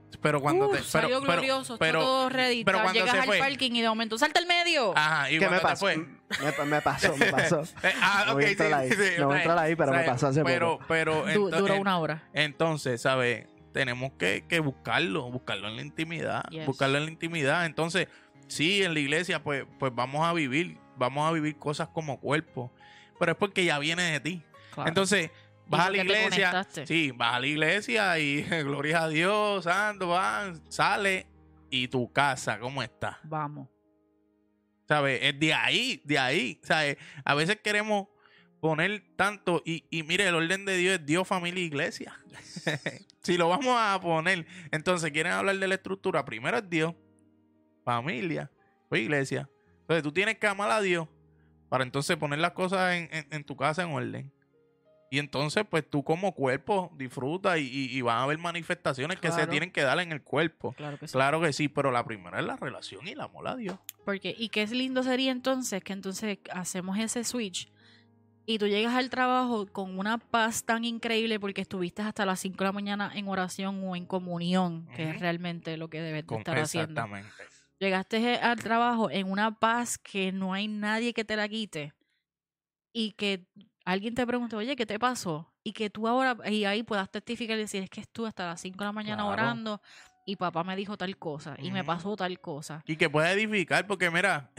Pero cuando salió glorioso, está todo ready. pero cuando llegas se al fue, parking y de momento salta al medio. ajá, y ¿Qué cuando me te pasó? fue. Me pasó. No No voy a entrar ahí. No voy a entrar ahí, pero me pasó hace poco. Pero Duró una hora. entonces, ¿sabes? Tenemos que buscarlo en la intimidad, Yes. buscarlo en la intimidad. Entonces, sí, en la iglesia, pues vamos a vivir cosas como cuerpo, pero es porque ya viene de ti. Claro. Entonces, vas a la porque te iglesia, conectaste. sí, vas a la iglesia y gloria a Dios, santo, sale y tu casa, ¿cómo está? Vamos. ¿Sabes? Es de ahí, ¿sabes? A veces queremos poner tanto y mire, el orden de Dios es Dios, familia, iglesia. Si lo vamos a poner, entonces quieren hablar de la estructura, primero es Dios, familia, pues iglesia. Entonces tú tienes que amar a Dios para entonces poner las cosas en tu casa en orden. Y entonces, pues tú como cuerpo disfrutas y van a haber manifestaciones que se Claro. tienen que dar en el cuerpo. Claro que sí. Claro que sí, pero la primera es la relación y el amor a Dios. Porque, y qué lindo sería entonces que entonces hacemos ese switch y tú llegas al trabajo con una paz tan increíble porque estuviste hasta las 5 de la mañana en oración o en comunión, que es Ujú. realmente lo que debes de estar haciendo. Exactamente. Llegaste al trabajo en una paz que no hay nadie que te la quite y que alguien te pregunte, oye, ¿qué te pasó? Y que tú ahora, y ahí puedas testificar y decir, es que estuve hasta las 5 de la mañana Claro. orando y papá me dijo tal cosa y me Ujú. pasó tal cosa. Y que pueda edificar, porque mira,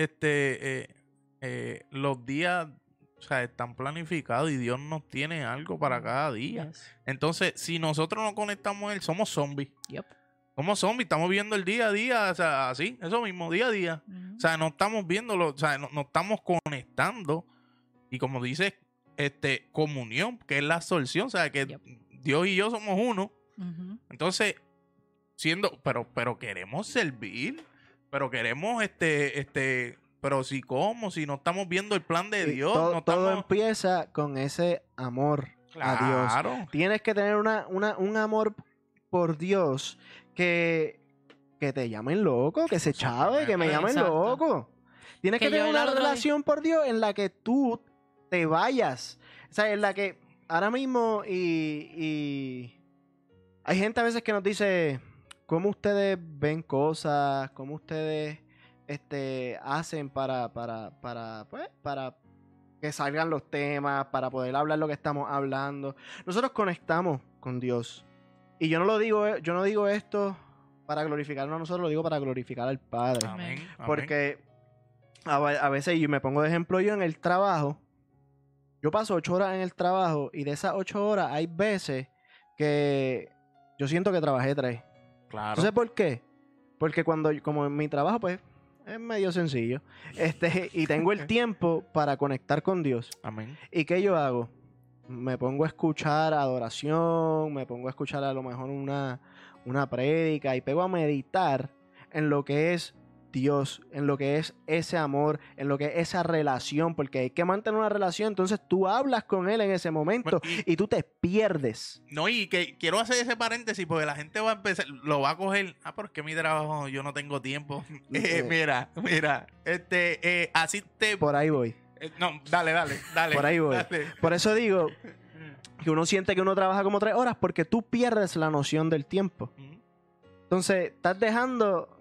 los días, o sea, están planificados y Dios nos tiene algo para cada día. Yes. Entonces, si nosotros no conectamos a Él, somos zombies. Yep. Somos zombies, estamos viendo el día a día, o sea, así, eso mismo, día a día. Ujú. O sea, no estamos viéndolo, o sea, no estamos conectando. Y como dices, comunión, que es la absorción, o sea, que Yep. Dios y yo somos uno. Ujú. Entonces, pero queremos servir, pero queremos pero si no estamos viendo el plan de Y Dios, todo, no todo estamos empieza con ese amor a Dios. claro. Tienes que tener un amor por Dios que te llamen loco, que se chave, que me llamen Exacto. loco. Tienes Que que tener yo una el otro día- relación por Dios en la que tú te vayas. O sea, en la que ahora mismo y hay gente a veces que nos dice cómo ustedes ven cosas, cómo ustedes hacen para que salgan los temas, para poder hablar lo que estamos hablando. Nosotros conectamos con Dios. Y yo no digo esto para glorificarnos a nosotros, lo digo para glorificar al Padre. Amén, amén. Porque a veces, y me pongo de ejemplo yo en el trabajo, yo paso 8 horas en el trabajo y de esas 8 horas hay veces que yo siento que trabajé 3. Claro. ¿Entonces por qué? Porque como en mi trabajo pues es medio sencillo, y tengo el tiempo para conectar con Dios. Amén. ¿Y qué yo hago? Me pongo a escuchar adoración, me pongo a escuchar a lo mejor una prédica y pego a meditar en lo que es Dios, en lo que es ese amor, en lo que es esa relación, porque hay que mantener una relación, entonces tú hablas con Él en ese momento Bueno, y tú te pierdes. No, y que quiero hacer ese paréntesis porque la gente va a empezar, lo va a coger, porque mi trabajo yo no tengo tiempo. Mira, así te... Por ahí voy. no, dale. Por ahí voy. Dale. Por eso digo que uno siente que uno trabaja como 3 horas porque tú pierdes la noción del tiempo. Entonces, estás dejando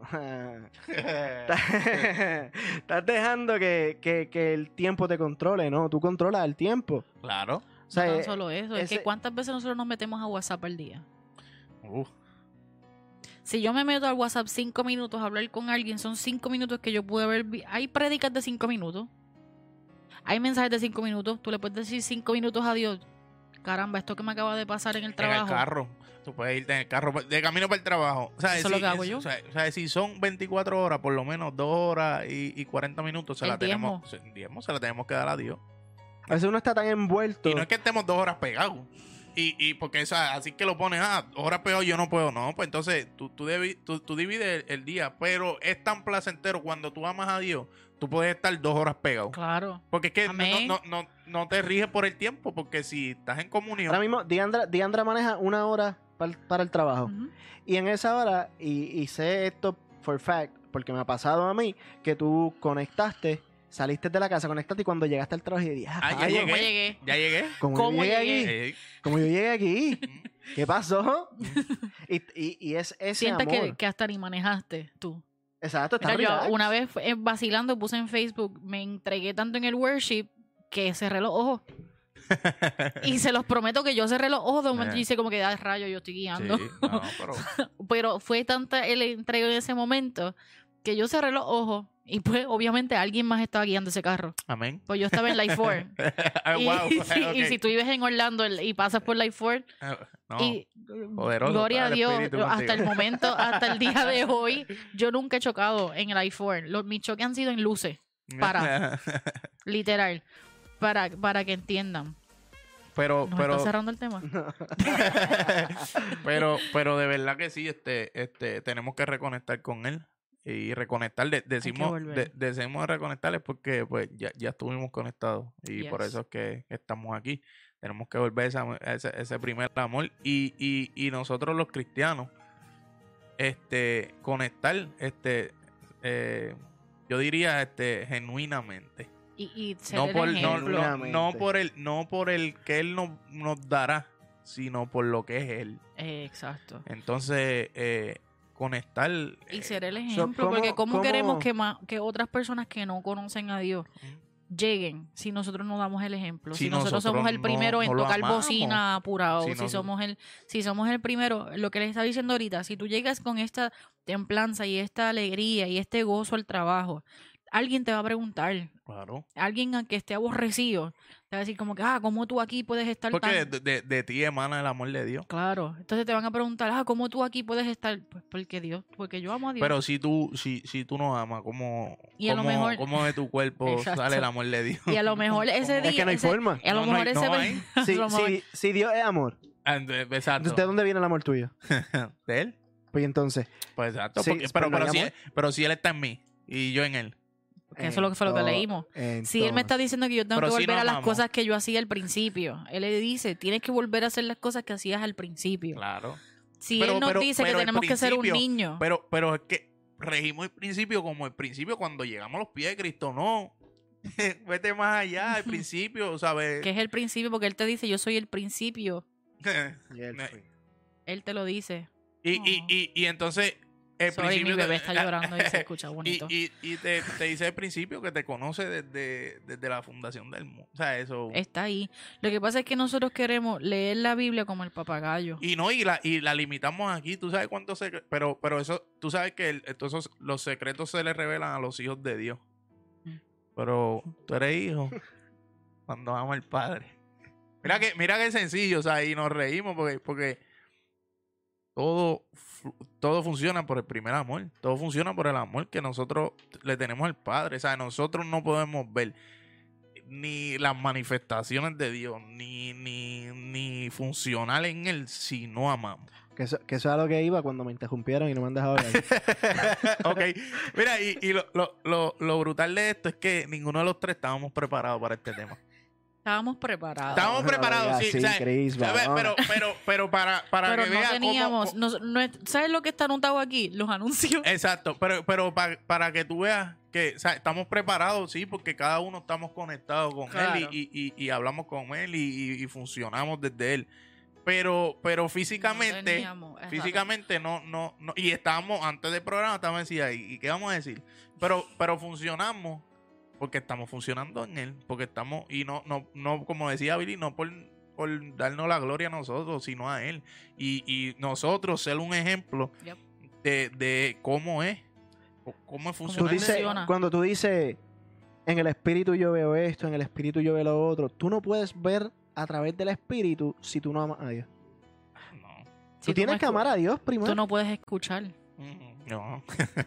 que el tiempo te controle, ¿no? Tú controlas el tiempo. Claro. O sea, No tan solo eso, es ese- que ¿cuántas veces nosotros nos metemos a WhatsApp al día? Uf. Si yo me meto al WhatsApp 5 minutos a hablar con alguien, son 5 minutos que yo pude haber... Hay prédicas de 5 minutos. Hay mensajes de 5 minutos. Tú le puedes decir 5 minutos a Dios. Caramba, esto que me acaba de pasar en el trabajo. En el carro. Tú puedes irte en el carro de camino para el trabajo. O sea, Eso es lo que hago yo. O sea, si son 24 horas, por lo menos 2 horas y 40 minutos El diezmo. se la tenemos que dar a Dios. a veces uno está tan envuelto. Y no es que estemos 2 horas pegados. Y porque así que lo pones, 2 horas pegados yo no puedo. No, pues entonces tú divides el día. Pero es tan placentero cuando tú amas a Dios, tú puedes estar 2 horas pegado. Claro. Porque es que Amén. no te riges por el tiempo. Porque si estás en comunión. Ahora mismo, Diandra maneja 1 hora para el trabajo. Ujú. Y en esa hora, y sé esto for fact, porque me ha pasado a mí, que tú conectaste, saliste de la casa, conectaste y cuando llegaste al trabajo y dije, Ya ¿Cómo llegué? llegué. como ¿Cómo yo llegué llegué? aquí, como yo llegué aquí. ¿Qué pasó? y es ese Sienta amor. que hasta ni manejaste tú. Exacto, está Mira, yo relax. una vez vacilando puse en Facebook, me entregué tanto en el worship que cerré los ojos. Y se los prometo que yo cerré los ojos de momento y hice como que, rayo, yo estoy guiando. Sí, no, pero Pero fue tanta el entrego en ese momento que yo cerré los ojos y pues obviamente alguien más estaba guiando ese carro. amén. Pues yo estaba en Life 4. y, Wow, y si tú vives en Orlando y pasas por Life 4 no, y poderoso gloria a está el Dios, Espíritu hasta contigo. el momento, hasta el día de hoy, yo nunca he chocado en el Life 4. Mis choques han sido en luces, literal, para que entiendan. pero ¿Nos está cerrando el tema? pero de verdad que sí, tenemos que reconectar con él y reconectar. Decimos volver. decimos reconectarles porque pues ya estuvimos conectados y por Yes. eso es que estamos aquí. Tenemos que volver ese primer amor y nosotros los cristianos conectar yo diría genuinamente. Y ser No el por, ejemplo. no por el que él nos dará, sino por lo que es él. Exacto. Entonces, conectar. Y ser el So, ejemplo, ¿cómo- porque ¿cómo cómo- queremos que otras personas que no conocen a Dios lleguen si nosotros no damos el ejemplo? Si Si nosotros nosotros somos el primero en no lo tocar amamos. bocina apurado, Si si no- somos el primero, lo que les estaba diciendo ahorita, si tú llegas con esta templanza y esta alegría y este gozo al trabajo, alguien te va a preguntar, Claro. alguien que esté aborrecido, te va a decir como que, ¿cómo tú aquí puedes estar Porque tan...? de ti emana el amor de Dios. Claro, entonces te van a preguntar, ¿cómo tú aquí puedes estar? Pues porque yo amo a Dios. Pero si tú no amas, ¿cómo Y a lo mejor- de tu cuerpo Exacto. sale el amor de Dios? Y a lo mejor ese día... Es que no hay forma. A lo No, no mejor hay- ese... no hay. Si, a lo mejor- si Dios es amor, Exacto. ¿de dónde viene el amor tuyo? ¿De él? Pues entonces, Pues exacto. Sí, porque- pues no hay si, amor. pero si él está en mí y yo en él. que eso es lo que fue lo que leímos. Si él me está diciendo que yo tengo Pero que si volver no a las amamos. cosas que yo hacía al principio, él le dice, tienes que volver a hacer las cosas que hacías al principio. Claro. Si Pero- él nos pero- dice que pero el tenemos que ser un principio- niño, Pero es que regimos el principio como el principio cuando llegamos a los pies de Cristo, no. Vete más allá, el principio, ¿sabes? que es el principio, porque él te dice, yo soy el principio, Y él fue. él te lo dice. y entonces el Sorry, mi principio bebé está llorando y se escucha y, bonito. y te dice el principio que te conoce desde la fundación del mundo. O sea, eso. Está ahí. Lo que pasa es que nosotros queremos leer la Biblia como el papagayo. Y no, y la limitamos aquí. Tú sabes cuántos secretos. Pero eso, tú sabes que los secretos se le revelan a los hijos de Dios. Mm. Pero tú eres hijo cuando ama al Padre. Mira que sencillo, o sea, y nos reímos porque todo funciona por el primer amor. Todo funciona por el amor que nosotros le tenemos al Padre. O sea, nosotros no podemos ver ni las manifestaciones de Dios, ni funcionar en Él si no amamos. Que eso es a lo que iba cuando me interrumpieron y no me han dejado hablar. Ok, mira, y lo brutal de esto es que ninguno de los tres estábamos preparados para este tema. Estábamos preparados. Estábamos preparados, sí. Sí, o sea, Chris, vamos. pero para pero que no veas teníamos. cómo... ¿Sabes lo que está anotado aquí? Los anuncios. Exacto, pero para que tú veas que o sea, estamos preparados, sí, porque cada uno estamos conectados con Claro. él y hablamos con él y funcionamos desde él. Pero físicamente, No teníamos, exacto. físicamente no, y estábamos, antes del programa, estábamos diciendo, ¿y qué vamos a decir? Pero funcionamos porque estamos funcionando en él, porque estamos, y no como decía Billy, no por darnos la gloria a nosotros, sino a él. Y nosotros ser un ejemplo Yep. de cómo es Tú funcionar. dices, funciona. cuando tú dices, en el espíritu yo veo esto, en el espíritu yo veo lo otro, tú no puedes ver a través del espíritu si tú no amas a Dios. No. Si Tú tienes no que amar a Dios primero. Tú no puedes escuchar. No.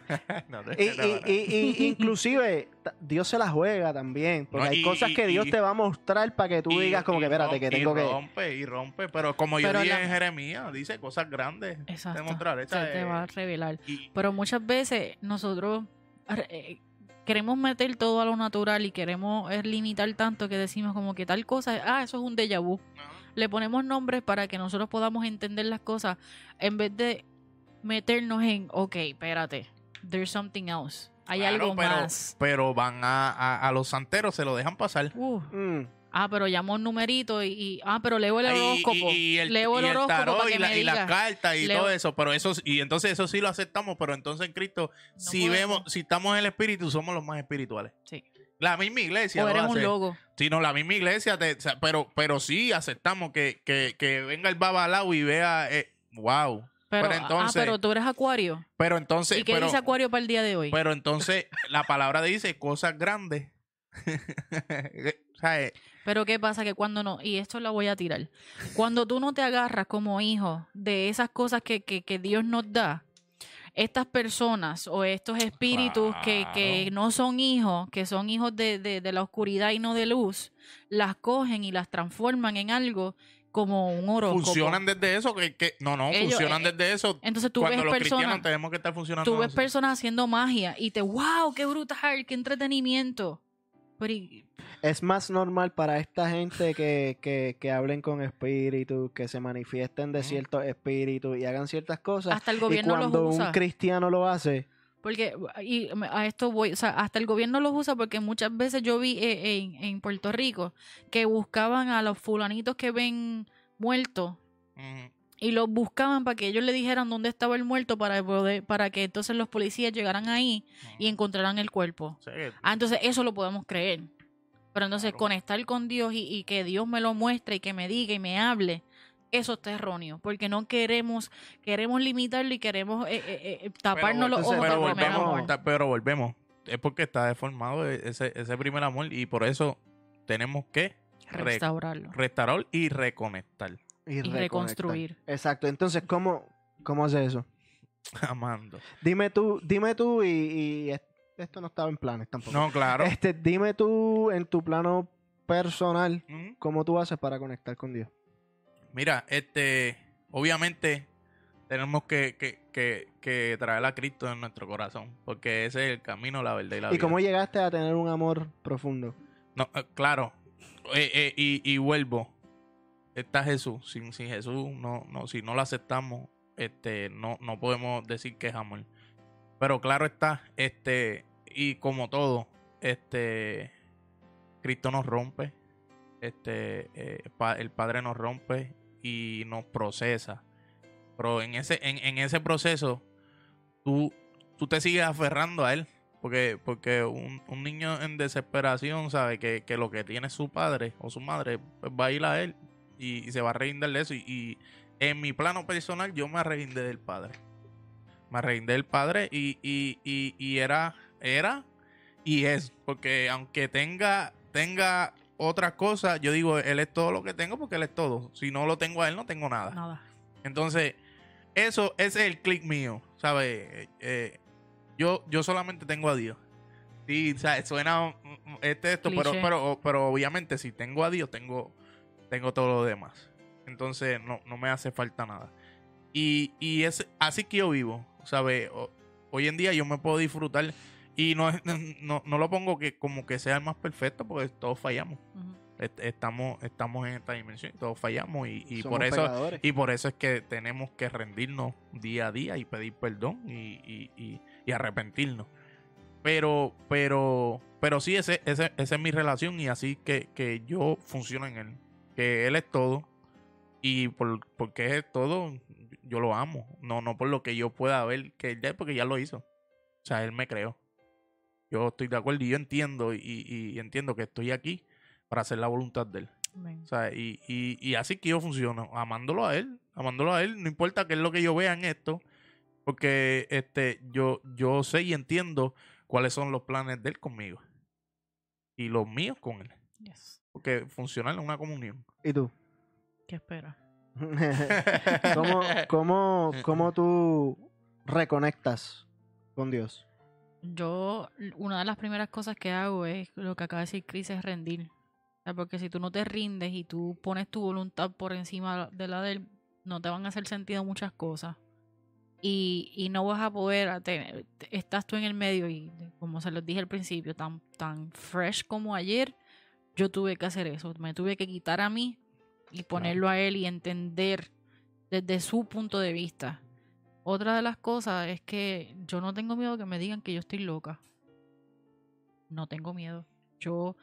Y inclusive Dios se la juega también, porque No, hay cosas que Dios te va a mostrar para que tú digas como que espérate, que tengo que... Y rompe, pero como yo Pero dije la- en Jeremías, dice cosas grandes. Exacto. Demostraré, Se te va a revelar. y- Pero muchas veces nosotros queremos meter todo a lo natural y queremos limitar tanto que decimos como que tal cosa, eso es un déjà vu. Le ponemos nombres para que nosotros podamos entender las cosas en vez de meternos en, ok, espérate, there's something else. Hay Claro, algo más. Pero van a los santeros, se lo dejan pasar. Uh, pero llamo un numerito pero leo el horóscopo. Leo el horóscopo tarot para que me y las diga. cartas y todo eso, pero entonces eso sí lo aceptamos, pero entonces en Cristo, si estamos en el Espíritu, somos los más espirituales. Sí. La misma iglesia O lo eres hace. un logo. Sí, no, la misma iglesia, pero sí aceptamos que venga el babalao y vea, wow. Pero entonces, pero tú eres Acuario. pero entonces, ¿Y qué dice Acuario para el día de hoy? pero entonces la palabra dice cosas grandes. O sea, Pero ¿qué pasa? Que cuando no, y esto lo voy a tirar, cuando tú no te agarras como hijo de esas cosas que Dios nos da, estas personas o estos espíritus que no son hijos, que son hijos de la oscuridad y no de luz, las cogen y las transforman en algo como un horóscopo. funcionan desde eso, funcionan desde eso. Entonces tú Cuando ves los personas, cristianos tenemos que estar funcionando. tú ves así. personas haciendo magia y wow, qué brutal, qué entretenimiento. Pero Es más normal para esta gente que hablen con espíritus, que se manifiesten de ciertos espíritus y hagan ciertas cosas. hasta el gobierno y cuando los usa. un cristiano lo hace, Porque, y a esto voy, o sea, hasta el gobierno los usa porque muchas veces yo vi en Puerto Rico que buscaban a los fulanitos que ven muertos Ujú. y los buscaban para que ellos le dijeran dónde estaba el muerto para que entonces los policías llegaran ahí y encontraran el cuerpo. Sí, Entonces eso lo podemos creer. Pero entonces Claro. conectar con Dios y que Dios me lo muestre y que me diga y me hable, eso está erróneo, porque no queremos limitarlo y queremos taparnos los ojos pero del primer amor. pero volvemos. Es porque está deformado ese primer amor y por eso tenemos que Restaurarlo restaurar y reconectar. y reconectar. reconstruir. Exacto. Entonces, ¿cómo hace eso? Amando. Dime tú y esto no estaba en planes tampoco. No, claro. Dime tú en tu plano personal, Ujú. ¿cómo tú haces para conectar con Dios? Mira, obviamente tenemos que traer a Cristo en nuestro corazón, porque ese es el camino, la verdad y la ¿Y vida. cómo llegaste a tener un amor profundo? No, claro. Y vuelvo. Está Jesús. Sin Jesús, si no lo aceptamos, no podemos decir que es amor. Pero claro está, y como todo, Cristo nos rompe, el Padre nos rompe y nos procesa. Pero en ese proceso, tú te sigues aferrando a él. Porque un niño en desesperación sabe que lo que tiene su padre o su madre, pues va a ir a él y se va a reír de eso. Y en mi plano personal, yo me arreguindé del padre. Me arreguindé del padre y era y es. Porque aunque tenga otras cosas, yo digo, él es todo lo que tengo porque él es todo. Si no lo tengo a él, no tengo nada. Nada. Entonces, ese es el click mío, ¿sabes? Yo solamente tengo a Dios. Sí, o sea, suena esto, Cliché. pero obviamente si tengo a Dios, tengo todo lo demás. Entonces no me hace falta nada. Y es así que yo vivo, ¿sabes? Hoy en día yo me puedo disfrutar y no lo pongo que como que sea el más perfecto porque todos fallamos. Ujú. Estamos en esta dimensión y todos fallamos y Somos por eso pecadores. y por eso es que tenemos que rendirnos día a día y pedir perdón y arrepentirnos. Pero sí, esa es mi relación y así que yo funciono en él. Que él es todo y porque es todo, yo lo amo. No por lo que yo pueda ver que él ya, porque ya lo hizo. O sea, él me creó. Yo estoy de acuerdo y yo entiendo y entiendo que estoy aquí para hacer la voluntad de él. Amén. O sea, y así que yo funciono, amándolo a él, no importa qué es lo que yo vea en esto, porque yo sé y entiendo cuáles son los planes de él conmigo y los míos con él, Yes. porque funcionar en una comunión. ¿Y tú? ¿Qué espera? ¿Cómo tú reconectas con Dios? Yo, una de las primeras cosas que hago es lo que acaba de decir Chris, es rendir. O sea, porque si tú no te rindes y tú pones tu voluntad por encima de la de él, no te van a hacer sentido muchas cosas. Y no vas a poder, estás tú en el medio y como se los dije al principio, tan fresh como ayer, yo tuve que hacer eso. Me tuve que quitar a mí y ponerlo a él y entender desde su punto de vista. Otra de las cosas es que yo no tengo miedo que me digan que yo estoy loca. No tengo miedo. Yo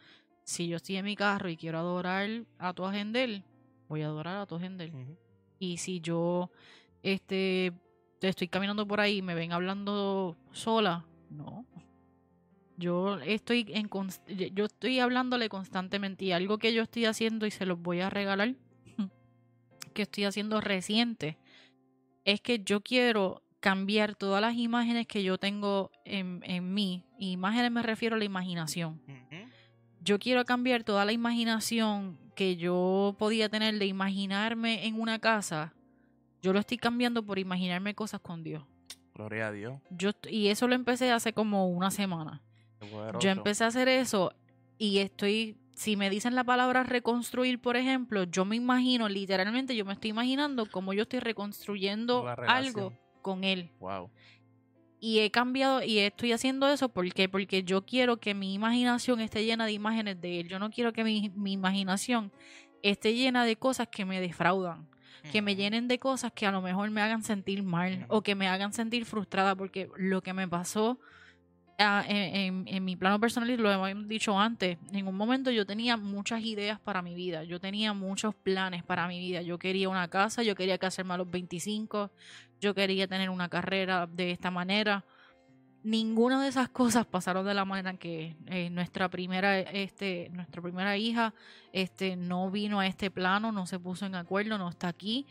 Si yo estoy en mi carro y quiero adorar a tu Agendel, voy a adorar a tu Agendel. Ujú. Y si yo estoy caminando por ahí y me ven hablando sola, no. Yo estoy hablándole constantemente, y algo que yo estoy haciendo y se los voy a regalar, que estoy haciendo reciente, es que yo quiero cambiar todas las imágenes que yo tengo en mí. Imágenes me refiero a la imaginación. Ujú. Yo quiero cambiar toda la imaginación que yo podía tener de imaginarme en una casa. Yo lo estoy cambiando por imaginarme cosas con Dios. Gloria a Dios. Y eso lo empecé hace como una semana. Qué poderoso. Yo empecé a hacer eso y si me dicen la palabra reconstruir, por ejemplo, yo me imagino, literalmente yo me estoy imaginando cómo yo estoy reconstruyendo La relación. algo con él. Wow. Y he cambiado y estoy haciendo eso porque yo quiero que mi imaginación esté llena de imágenes de él. Yo no quiero que mi imaginación esté llena de cosas que me defraudan, que me llenen de cosas que a lo mejor me hagan sentir mal o que me hagan sentir frustrada, porque lo que me pasó en mi plano personal, y lo hemos dicho antes, en un momento yo tenía muchas ideas para mi vida, yo tenía muchos planes para mi vida. Yo quería una casa, yo quería casarme a los 25, yo quería tener una carrera de esta manera. Ninguna de esas cosas pasaron de la manera que nuestra primera hija no vino a este plano, no se puso en acuerdo, no está aquí.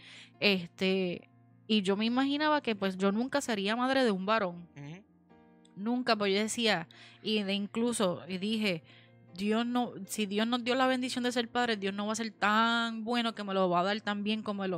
Y yo me imaginaba que pues yo nunca sería madre de un varón. Ujú. Nunca, pues yo decía, incluso dije, si Dios nos dio la bendición de ser padres, Dios no va a ser tan bueno que me lo va a dar tan bien como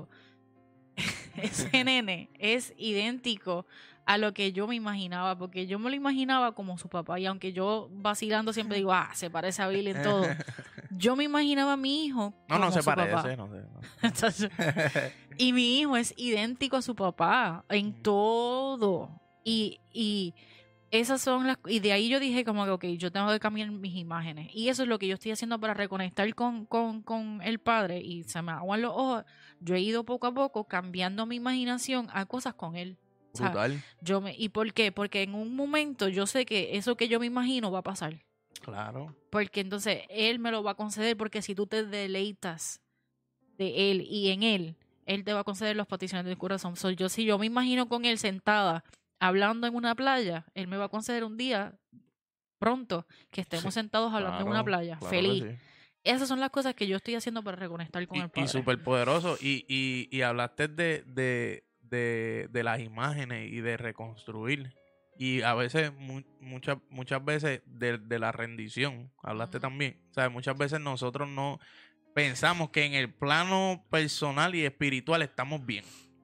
ese nene es idéntico a lo que yo me imaginaba, porque yo me lo imaginaba como su papá, y aunque yo vacilando siempre digo, se parece a Billy en todo, yo me imaginaba a mi hijo como No se su parece, papá. no sé. Entonces, y mi hijo es idéntico a su papá en todo. Y esas son y de ahí yo dije como que, ok, yo tengo que cambiar mis imágenes. Y eso es lo que yo estoy haciendo para reconectar con el Padre. Y se me aguan los ojos. Yo he ido poco a poco cambiando mi imaginación a cosas con él. O sea, Brutal. ¿y por qué? Porque en un momento yo sé que eso que yo me imagino va a pasar. Claro. Porque entonces él me lo va a conceder, porque si tú te deleitas de él y en él te va a conceder las peticiones del corazón. Si yo me imagino con él sentada hablando en una playa, él me va a conceder un día pronto que estemos sentados hablando en una playa, claro feliz. que sí. Esas son las cosas que yo estoy haciendo para reconectar con el Padre. Y súper poderoso. Y hablaste de las imágenes y de reconstruir. Y a veces, muchas veces, de la rendición. Hablaste Ujú. también. O sea, muchas veces nosotros no pensamos que en el plano personal y espiritual estamos bien.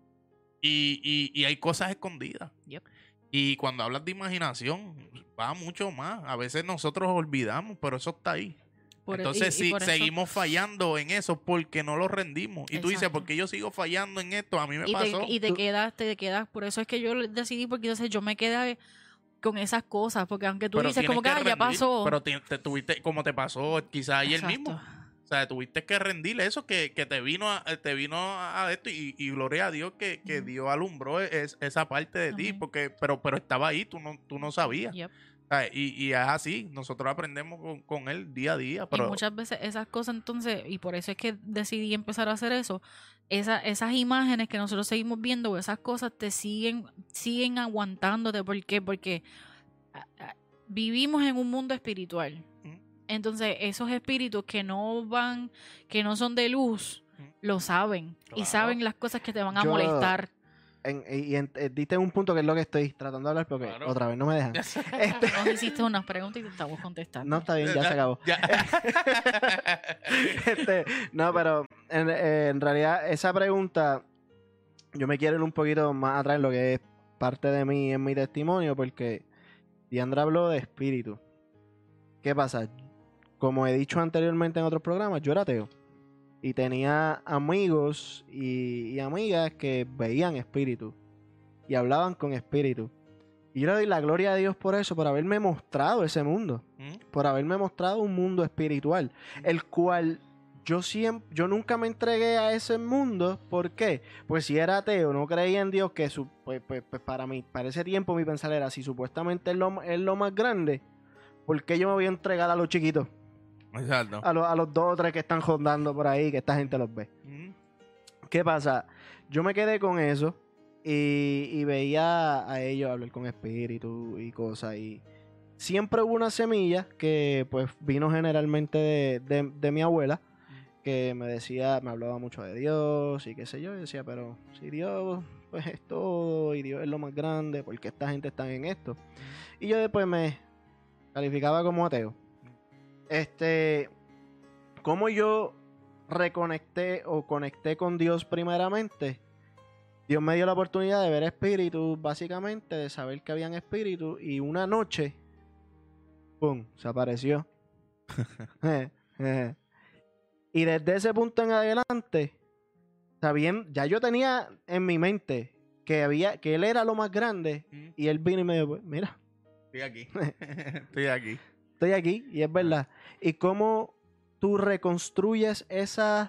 Y hay cosas escondidas. Yep. Y cuando hablas de imaginación, va mucho más. A veces nosotros olvidamos, pero eso está ahí. Entonces, si por eso- seguimos fallando en eso porque no lo rendimos. Y tú dices, Exacto. ¿por qué yo sigo fallando en esto? A mí me y pasó. te quedas. Por eso es que yo decidí, porque entonces yo me quedé con esas cosas. Porque aunque tú Pero dices como que tienes que ya rendir. pasó. Pero te tuviste, como te pasó quizás ayer Exacto. mismo. O sea, tuviste que rendir eso que te vino a esto. Y gloria a Dios que Ujú. Dios alumbró esa parte de ti. Amén. Pero estaba ahí, tú no sabías. Yep. O sea, y es así, nosotros aprendemos con él día a día. Pero Y muchas veces esas cosas, entonces, y por eso es que decidí empezar a hacer eso, esas imágenes que nosotros seguimos viendo, o esas cosas te siguen aguantándote. ¿Por qué? Porque vivimos en un mundo espiritual. Ujú. Entonces, esos espíritus que no son de luz, Ujú. lo saben. Y Claro. saben las cosas que te van a Yo- molestar. Diste un punto que es lo que estoy tratando de hablar, porque Claro. otra vez no me dejan. Nos hiciste unas preguntas y te estamos contestando. No, está bien, ya se acabó. Ya. No, pero en realidad esa pregunta, yo me quiero ir un poquito más atrás en lo que es parte de mí en mi testimonio, porque Diandra habló de espíritu. ¿Qué pasa? Como he dicho anteriormente en otros programas, yo era ateo. Y tenía amigos y amigas que veían espíritu y hablaban con espíritu. Y yo le doy la gloria a Dios por eso, por haberme mostrado ese mundo, por haberme mostrado un mundo espiritual, el cual yo nunca me entregué a ese mundo. ¿Por qué? Pues si era ateo, no creía en Dios, que pues para ese tiempo mi pensar era, si supuestamente es lo más grande, ¿por qué yo me voy a entregar a los chiquitos? Exacto. a los 2 o 3 que están rondando por ahí, que esta gente los ve. ¿Qué pasa? Yo me quedé con eso y veía a ellos hablar con espíritu y cosas. Y siempre hubo una semilla que pues vino generalmente de mi abuela, que me decía, me hablaba mucho de Dios y qué sé yo. Y decía, pero si Dios pues es todo y Dios es lo más grande, ¿por qué esta gente está en esto? Y yo después me calificaba como ateo. ¿Cómo yo reconecté o conecté con Dios primeramente? Dios me dio la oportunidad de ver espíritus, básicamente, de saber que habían espíritus, y una noche, ¡pum!, se apareció. Y desde ese punto en adelante, sabiendo, ya yo tenía en mi mente que él era lo más grande, y él vino y me dijo, mira, Estoy aquí. Estoy aquí. estoy aquí, y es verdad. Y cómo tú reconstruyes ese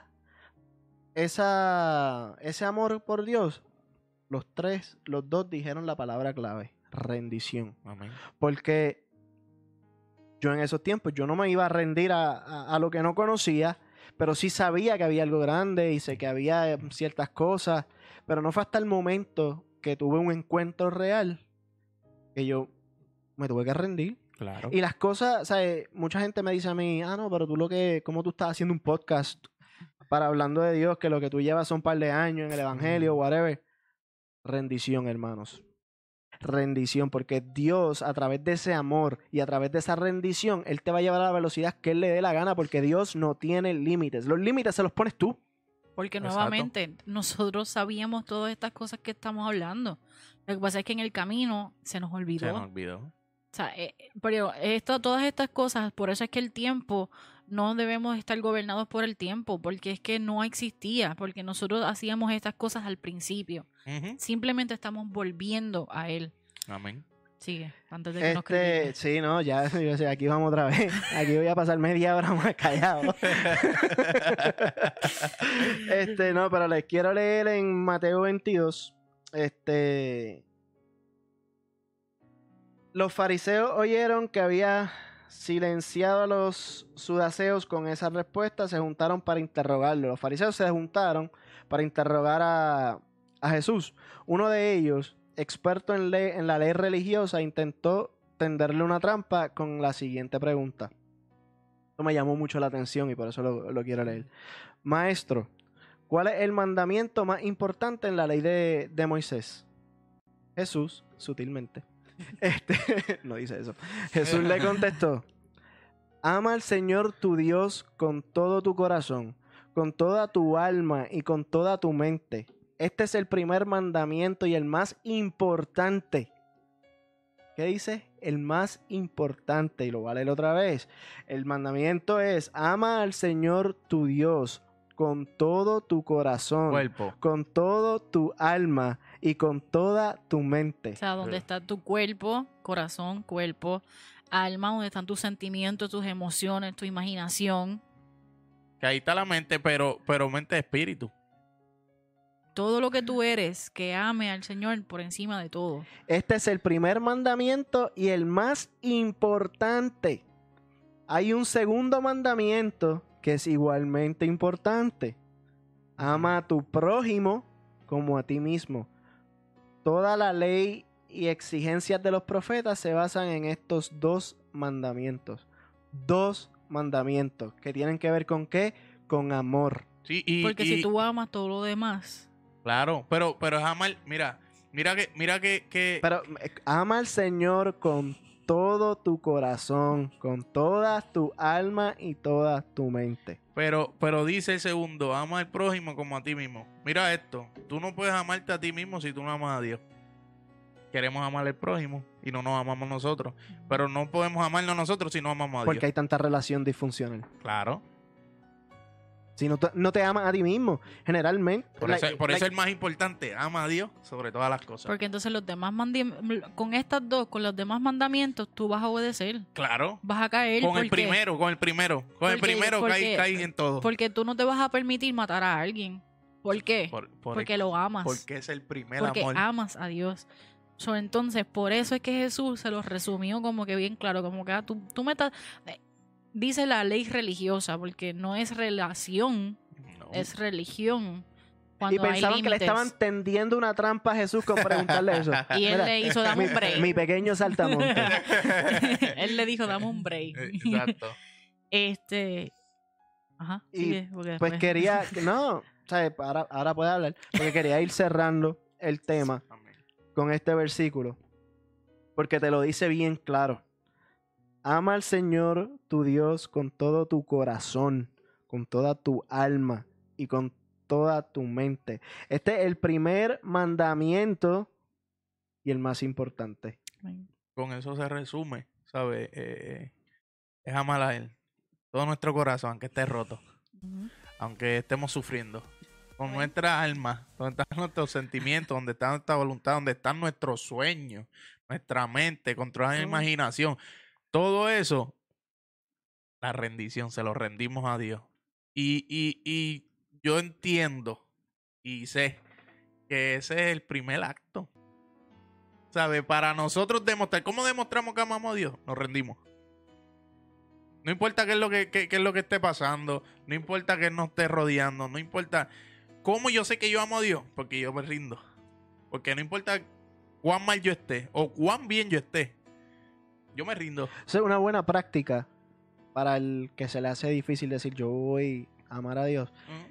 amor por Dios. Los 2 dijeron la palabra clave, rendición. Amén. Porque yo en esos tiempos, yo no me iba a rendir a lo que no conocía, pero sí sabía que había algo grande y sé que había ciertas cosas, pero no fue hasta el momento que tuve un encuentro real que yo me tuve que rendir. Claro. Y las cosas, ¿sabes? Mucha gente me dice a mí, no, pero ¿cómo tú estás haciendo un podcast para hablando de Dios, que lo que tú llevas son un par de años en el evangelio, whatever? Rendición, hermanos. Rendición, porque Dios, a través de ese amor y a través de esa rendición, Él te va a llevar a la velocidad que Él le dé la gana, porque Dios no tiene límites. Los límites se los pones tú. Porque Exacto. nuevamente nosotros sabíamos todas estas cosas que estamos hablando. Lo que pasa es que en el camino se nos olvidó. Se nos olvidó. O sea, pero todas estas cosas, por eso es que el tiempo, no debemos estar gobernados por el tiempo, porque es que no existía, porque nosotros hacíamos estas cosas al principio. Simplemente estamos volviendo a él. Amén. Sigue, antes de que nos critiquen. Sí, no, ya, yo sé, aquí vamos otra vez. Aquí voy a pasar media hora más callado. No, pero les quiero leer en Mateo 22. Los fariseos oyeron que había silenciado a los saduceos con esa respuesta, se juntaron para interrogarlo. Los fariseos se juntaron para interrogar a Jesús. Uno de ellos, experto en la ley religiosa, intentó tenderle una trampa con la siguiente pregunta. Esto me llamó mucho la atención y por eso lo quiero leer. Maestro, ¿cuál es el mandamiento más importante en la ley de Moisés? Jesús, sutilmente, no dice eso. Jesús le contestó: ama al Señor tu Dios con todo tu corazón, con toda tu alma y con toda tu mente. Este es el primer mandamiento y el más importante. ¿Qué dice? El más importante, y lo voy a leer otra vez. El mandamiento es: ama al Señor tu Dios con todo tu corazón, Cuerpo. con todo tu alma y con toda tu mente. O sea, donde está tu cuerpo, corazón, cuerpo, alma, donde están tus sentimientos, tus emociones, tu imaginación. Que ahí está la mente, pero mente de espíritu. Todo lo que tú eres, que ame al Señor por encima de todo. Este es el primer mandamiento y el más importante. Hay un segundo mandamiento que es igualmente importante. Ama a tu prójimo como a ti mismo. Toda la ley y exigencias de los profetas se basan en estos 2 mandamientos. 2 mandamientos que tienen que ver con ¿qué? Con amor. Sí, Porque si tú amas todo lo demás. Claro, pero es amar, mira que Pero ama al Señor con todo tu corazón, con toda tu alma y toda tu mente. pero dice el segundo, ama al prójimo como a ti mismo. Mira esto, tú no puedes amarte a ti mismo si tú no amas a Dios. Queremos amar al prójimo y no nos amamos nosotros, pero no podemos amarnos nosotros si no amamos a Dios. Porque hay tanta relación disfuncional. Claro. Si no te amas a ti mismo, generalmente. Por eso es el más importante, ama a Dios sobre todas las cosas. Porque entonces los demás con estas 2, con los demás mandamientos, tú vas a obedecer. Claro. Vas a caer. Con el primero caes en todo. Porque tú no te vas a permitir matar a alguien. ¿Por qué? Porque lo amas. Porque es el primer porque amor. amas a Dios. Entonces, por eso es que Jesús se lo resumió como que bien claro, como que tú me estás... dice la ley religiosa, porque no es relación, No. es religión. Y Cuando hay pensaban que le límites. estaban tendiendo una trampa a Jesús con preguntarle eso. Y él Mira, le hizo, dame un break. mi pequeño saltamonte. Él le dijo, dame un break. Exacto. Ajá. Y, sigue, porque Pues después- quería, no, ¿sabes? Ahora puede hablar, porque quería ir cerrando el tema Amén. con este versículo, porque te lo dice bien claro. Ama al Señor tu Dios con todo tu corazón, con toda tu alma y con toda tu mente. Este es el primer mandamiento y el más importante. Con eso se resume, ¿sabes? Es amar a Él. Todo nuestro corazón, aunque esté roto, Ujú. aunque estemos sufriendo. Con Amén. nuestra alma, donde están nuestros sentimientos, donde está nuestra voluntad, donde están nuestros sueños, nuestra mente, controlar la Todo. imaginación. Todo eso, la rendición, se lo rendimos a Dios. Y yo entiendo y sé que ese es el primer acto. ¿Sabes? Para nosotros demostrar, ¿cómo demostramos que amamos a Dios? Nos rendimos. No importa qué es lo que es lo que esté pasando, no importa que nos esté rodeando, no importa cómo yo sé que yo amo a Dios, porque yo me rindo. Porque no importa cuán mal yo esté o cuán bien yo esté, yo me rindo. Esa es una buena práctica para el que se le hace difícil decir yo voy a amar a Dios.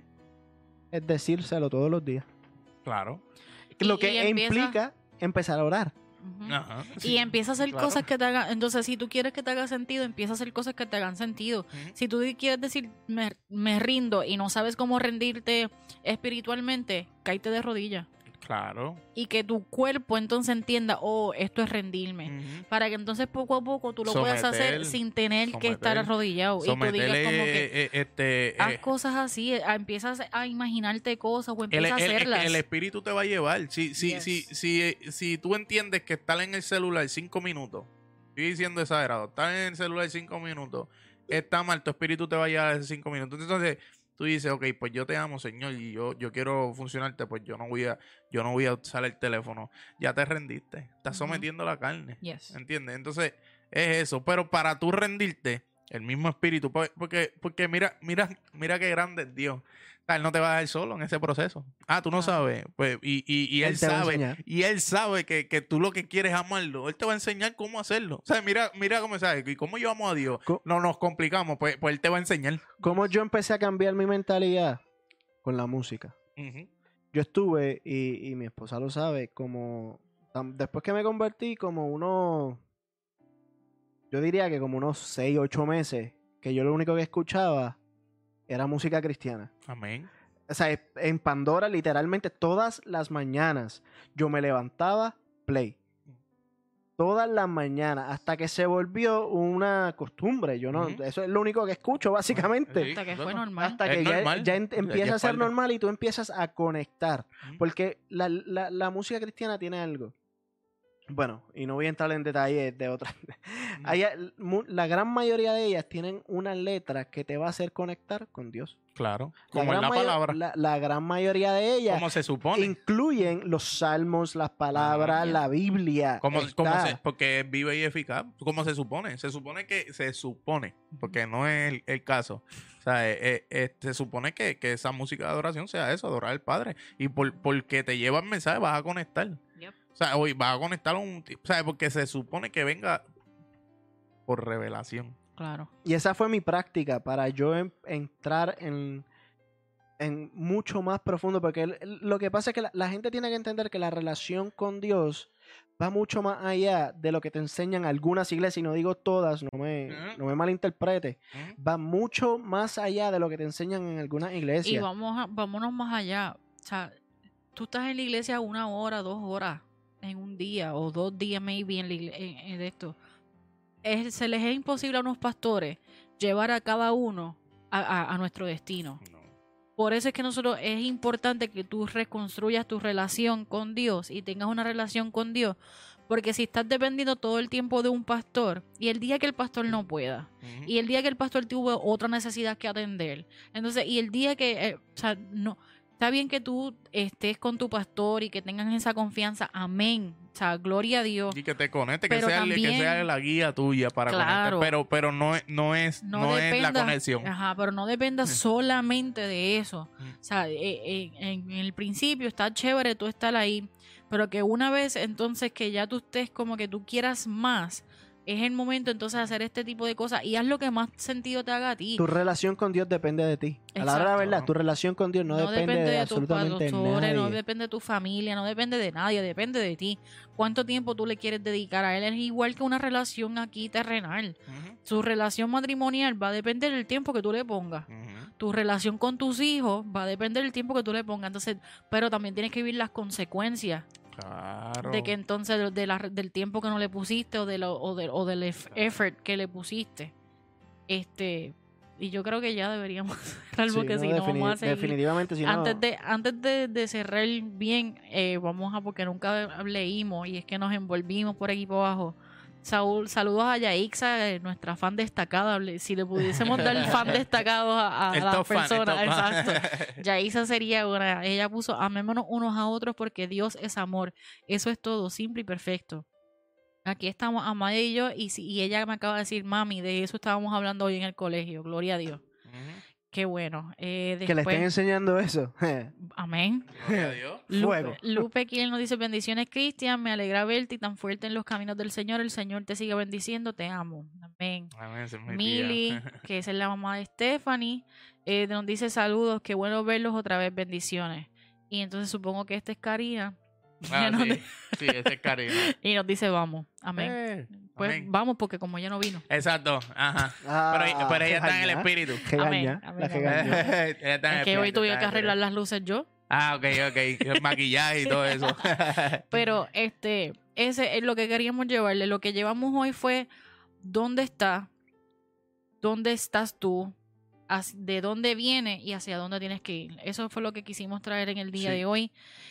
Es decírselo todos los días. Claro. Lo que y empieza- implica empezar a orar. Ujú. Ajá. Y empieza a hacer claro. cosas que te hagan. Entonces, si tú quieres que te haga sentido, empieza a hacer cosas que te hagan sentido. Ujú. Si tú quieres decir, me rindo y no sabes cómo rendirte espiritualmente, cáete de rodillas. Claro. Y que tu cuerpo entonces entienda, oh, esto es rendirme. Ujú. Para que entonces poco a poco tú lo puedas hacer Someter, sin tener que estar someter, arrodillado. Y tú digas como que haz cosas así, empiezas a imaginarte cosas o empiezas a hacerlas. el espíritu te va a llevar. Yes. Si tú entiendes que estar en el celular 5 minutos, estoy diciendo exagerado, estar en el celular 5 minutos está mal, tu espíritu te va a llevar a esos 5 minutos. Entonces tú dices, ok, pues yo te amo, Señor, y yo quiero funcionarte, pues yo no voy a usar el teléfono. Ya te rendiste, estás Ujú. sometiendo la carne. Yes. ¿Entiendes? Entonces, es eso. Pero para tú rendirte, el mismo espíritu, porque mira qué grande es Dios. O sea, Él no te va a dejar solo en ese proceso. Tú no Ah. sabes. Pues, y Él Él te va a sabe. enseñar. Y Él sabe que tú lo que quieres es amarlo. Él te va a enseñar cómo hacerlo. O sea, mira cómo sabe. Y cómo yo amo a Dios. No nos complicamos. Pues Él te va a enseñar. ¿Cómo yo empecé a cambiar mi mentalidad? Con la música. Ujú. Yo estuve, y mi esposa lo sabe, después que me convertí, yo diría que como unos 6, 8 meses, que yo lo único que escuchaba era música cristiana. Amén. O sea, en Pandora, literalmente todas las mañanas, yo me levantaba, play. Todas las mañanas, hasta que se volvió una costumbre. Yo no, Ujú. eso es lo único que escucho, básicamente. Sí, Hasta que fue bueno. normal. Hasta Es que normal. ya Ya empieza a es ser parte. normal y tú empiezas a conectar. Ujú. Porque la música cristiana tiene algo. Bueno, y no voy a entrar en detalles de otras. La gran mayoría de ellas tienen una letra que te va a hacer conectar con Dios. Claro. Como en la gran palabra. La gran mayoría de ellas Como se supone. incluyen los salmos, las palabras, Ah, ya. la Biblia. está. Porque es viva y eficaz, como se supone. Se supone, porque no es el caso. O sea, se supone que esa música de adoración sea eso, adorar al Padre. Y porque te lleva el mensaje, vas a conectar. Yep. O sea, hoy vas a conectar porque se supone que venga por revelación. Claro. Y esa fue mi práctica para yo entrar en mucho más profundo, porque lo que pasa es que la gente tiene que entender que la relación con Dios va mucho más allá de lo que te enseñan algunas iglesias, y no digo todas, no me malinterprete, va mucho más allá de lo que te enseñan en algunas Y iglesias. vámonos más allá. O sea, tú estás en la iglesia 1 hora, 2 horas en un día o 2 días maybe en de esto. Se les es imposible a unos pastores llevar a cada uno a nuestro destino. No. Por eso es que nosotros es importante que tú reconstruyas tu relación con Dios y tengas una relación con Dios. Porque si estás dependiendo todo el tiempo de un pastor y el día que el pastor no pueda, Ujú. y el día que el pastor tuvo otra necesidad que atender, entonces, y el día que, o sea, no, está bien que tú estés con tu pastor y que tengan esa confianza, amén. O sea, gloria a Dios. Y que te conecte, que Pero sea, también- que sea la guía tuya para Claro. conectar. Pero no es la conexión. Ajá, pero no dependa solamente de eso. Mm. O sea, en el principio está chévere tú estar ahí, pero que una vez entonces que ya tú estés como que tú quieras más, es el momento entonces de hacer este tipo de cosas y haz lo que más sentido te haga a ti. Tu relación con Dios depende de ti. A la hora de la Exacto. verdad, tu relación con Dios no, depende de tus absolutamente pastores, no nadie. depende de tu familia, no depende de nadie, depende de ti. ¿Cuánto tiempo tú le quieres dedicar a él? Es igual que una relación aquí terrenal. Ujú, Su relación matrimonial va a depender del tiempo que tú le pongas. ujú. Tu relación con tus hijos va a depender del tiempo que tú le pongas. Entonces, pero también tienes que vivir las consecuencias Claro. de que entonces del tiempo que no le pusiste o del effort que le pusiste. Y yo creo que ya deberíamos cerrar porque Sí, si no vamos a seguir. definitivamente, si no, Antes de cerrar bien, vamos a, porque nunca leímos y es que nos envolvimos por aquí por abajo. Saludos a Yaixa, nuestra fan destacada. Si le pudiésemos dar fan destacado a El las top fan, el personas, top fan. exacto. Yaixa sería una. Ella puso, amémonos unos a otros porque Dios es amor. Eso es todo, simple y perfecto. Aquí estamos Amaya y yo, y ella me acaba de decir, mami, de eso estábamos hablando hoy en el colegio. Gloria a Dios. Ujú. Qué bueno. que le Después, estén enseñando eso. amén. Gloria a Dios. Fuego. Lupe quien nos dice bendiciones, Cristian, me alegra verte y tan fuerte en los caminos del Señor. El Señor te siga bendiciendo, te amo. Amén. Amén, esa es mi Mili, tía. que esa es la mamá de Stephanie, nos dice saludos, qué bueno verlos otra vez, bendiciones. Y entonces supongo que esta es Karina. Ah, Nos sí, di- sí, ese es Karina. y nos dice vamos, amén. Pues amén. vamos porque como ella no vino. Exacto, ajá. Ah, Pero ella está en el regaña, espíritu. regaña, Amén, la amén, regaña. Ella está en Es el que hoy espíritu, tuve está que en el arreglar las luces yo. Ah, ok. El maquillaje y todo eso. Pero ese es lo que queríamos llevarle. Lo que llevamos hoy fue ¿dónde está? ¿Dónde estás tú? ¿De dónde viene y hacia dónde tienes que ir? Eso fue lo que quisimos traer en el día Sí. de hoy.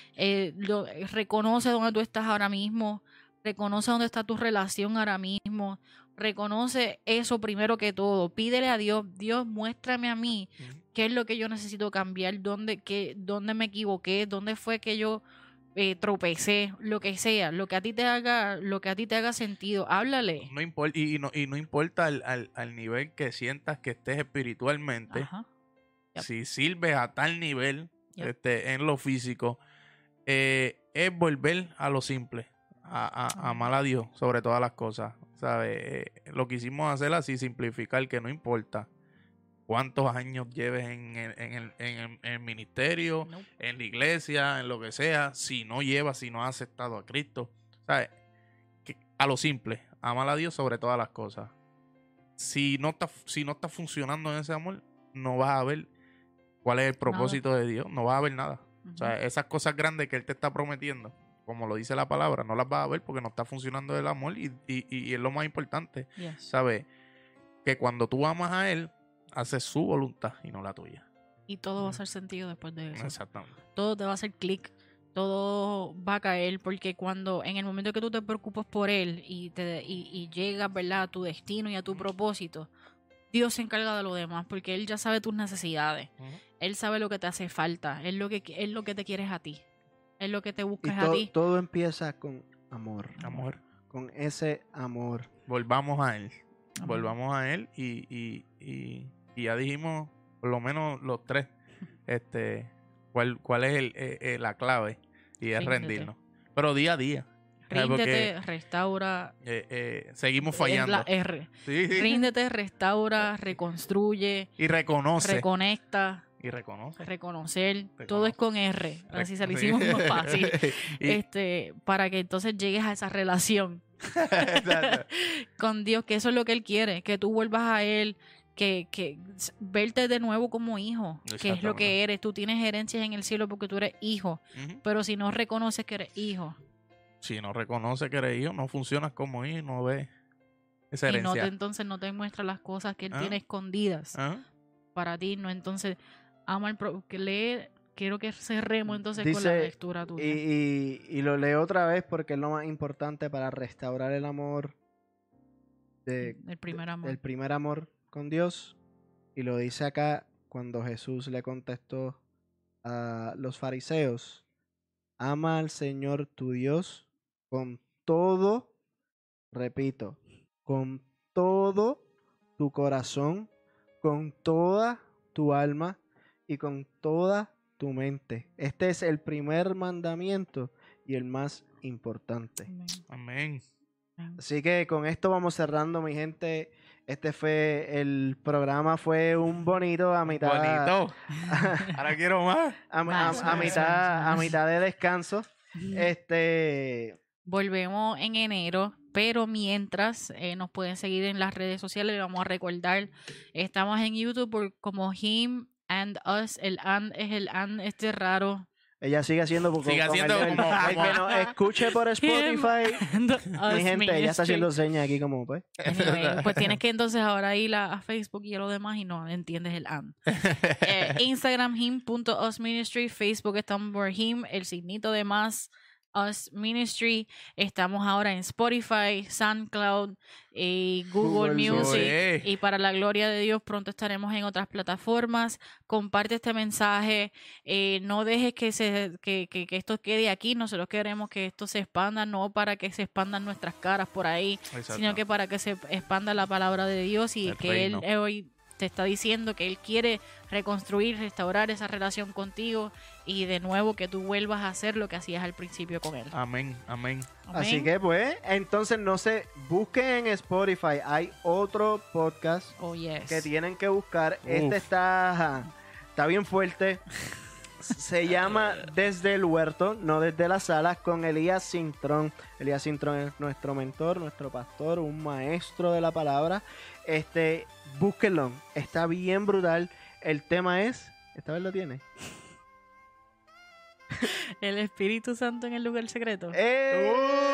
Reconoce dónde tú estás ahora mismo. Reconoce dónde está tu relación ahora mismo. Reconoce eso primero que todo. Pídele a Dios, Dios, muéstrame a mí qué es lo que yo necesito cambiar, dónde me equivoqué, dónde fue que yo tropecé, lo que sea, lo que a ti te haga sentido, háblale. No importa, y no importa al nivel que sientas que estés espiritualmente, Ajá. Yep. si sirves a tal nivel Yep. en lo físico, es volver a lo simple, a amar a Dios sobre todas las cosas, ¿sabes? Lo quisimos hacer así, simplificar, que no importa cuántos años lleves en el ministerio, Nope. en la iglesia, en lo que sea, si no has aceptado a Cristo, ¿sabes? A lo simple, amar a Dios sobre todas las cosas. Si no está funcionando en ese amor, no vas a ver cuál es el propósito de Dios, no vas a ver nada. O sea, esas cosas grandes que Él te está prometiendo, como lo dice la palabra, no las vas a ver porque no está funcionando el amor y es lo más importante, Yes. ¿sabes? Que cuando tú amas a Él, haces su voluntad y no la tuya. Y todo va a hacer sentido después de eso. Exactamente. Todo te va a hacer clic, todo va a caer, porque cuando en el momento que tú te preocupas por él y llegas, ¿verdad?, a tu destino y a tu propósito, Dios se encarga de lo demás, porque él ya sabe tus necesidades, él sabe lo que te hace falta, él lo que te quieres a ti, es lo que te Y buscas a ti. todo empieza con amor. Amor. Con ese amor. Volvamos a Él. Amén. Volvamos a Él y ya dijimos, por lo menos los tres, cuál es la clave, y es Ríndete. rendirnos. Pero día a día. ¿sabes? Ríndete, restaura, Seguimos es fallando. la R. Sí, sí. Ríndete, restaura, reconstruye, Y reconoce. reconecta, Y reconoce. reconocer, todo es con R, así se lo hicimos más fácil. Y- Para que entonces llegues a esa relación Exacto. con Dios, que eso es lo que Él quiere, que tú vuelvas a Él, que verte de nuevo como hijo, que es lo Exactamente. que eres. Tú tienes herencias en el cielo porque tú eres hijo, Ujú. pero si no reconoces que eres hijo Si no reconoce que eres hijo, no funcionas como hijo, no ves esa y herencia. entonces no te muestra las cosas que Él Ah. tiene escondidas ¿Ah? para ti, no entonces ama que lee. Quiero que cerremos entonces con Dice, la lectura tuya. Y lo leo otra vez porque es lo más importante para restaurar el amor El primer amor. el primer amor con Dios. Y lo dice acá cuando Jesús le contestó a los fariseos: ama al Señor tu Dios con todo, repito, con todo tu corazón, con toda tu alma y con toda tu mente. Este es el primer mandamiento y el más importante. Amén. Así que con esto vamos cerrando, mi gente. Este fue el programa, fue un bonito a mitad. Bonito. Ahora quiero más. A mitad de descanso. Volvemos en enero, pero mientras nos pueden seguir en las redes sociales, le vamos a recordar, estamos en YouTube como Him and Us. El and es el and raro. Ella sigue haciendo como el que nos escuche por Spotify. Mi gente, ella está haciendo señas aquí como pues. Anyway, pues tienes que entonces ahora ir a Facebook y a lo demás y no entiendes el and. Instagram him.usministry, Facebook estamos por him, el signito de más Us Ministry. Estamos ahora en Spotify, SoundCloud, Google Music. Y para la gloria de Dios pronto estaremos en otras plataformas. Comparte este mensaje. No dejes que esto quede aquí. Nosotros queremos que esto se expanda, no para que se expandan nuestras caras por ahí, Exacto. sino que para que se expanda la palabra de Dios y el que reino. Él hoy te está diciendo que Él quiere reconstruir, restaurar esa relación contigo y de nuevo que tú vuelvas a hacer lo que hacías al principio con Él. Amén, amén. Amén. Así que pues, entonces no se busquen en Spotify. Hay otro podcast Oh, yes. que tienen que buscar. Este está bien fuerte. Se llama Desde el Huerto, no desde las salas, con Elías Cintrón. Elías Cintrón es nuestro mentor, nuestro pastor, un maestro de la palabra. Búsquenlo, está bien brutal. El tema es, esta vez lo tiene. El Espíritu Santo en el lugar secreto. ¡Eh!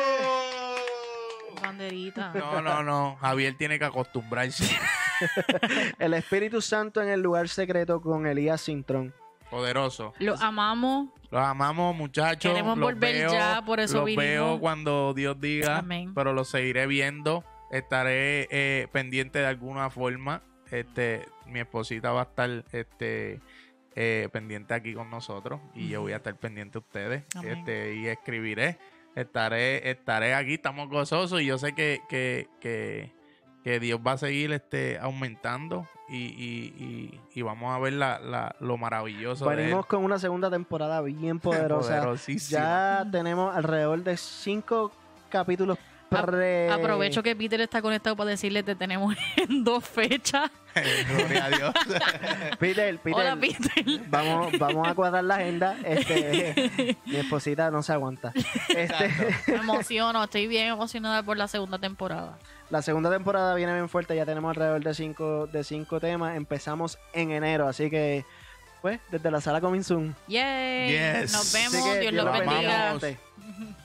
Banderita. No. Javier tiene que acostumbrarse. El Espíritu Santo en el lugar secreto con Elías Cintrón. Poderoso. Los amamos. Los amamos, muchachos. Queremos los volver veo, ya, por eso los vinimos. veo cuando Dios diga. Amén. Pero los seguiré viendo. Estaré pendiente de alguna forma. Mi esposita va a estar pendiente aquí con nosotros. Y yo voy a estar pendiente de ustedes. Amén. Y escribiré. Estaré aquí. Estamos gozosos. Y yo sé que Dios va a seguir aumentando. Y vamos a ver lo maravilloso de él. Venimos con una segunda temporada bien poderosa. Poderosísima. Ya tenemos alrededor de 5 capítulos Aprovecho que Peter está conectado para decirle que tenemos en 2 fechas. Gloria a Dios. Peter, Hola, Peter. vamos a cuadrar la agenda. Mi esposita no se aguanta. Me emociono, estoy bien emocionada por la segunda temporada. La segunda temporada viene bien fuerte. Ya tenemos alrededor de 5 temas. Empezamos en enero, así que pues desde la sala Coming Soon. Yay. Yes. Nos vemos, Así que Dios los los bendiga. amamos.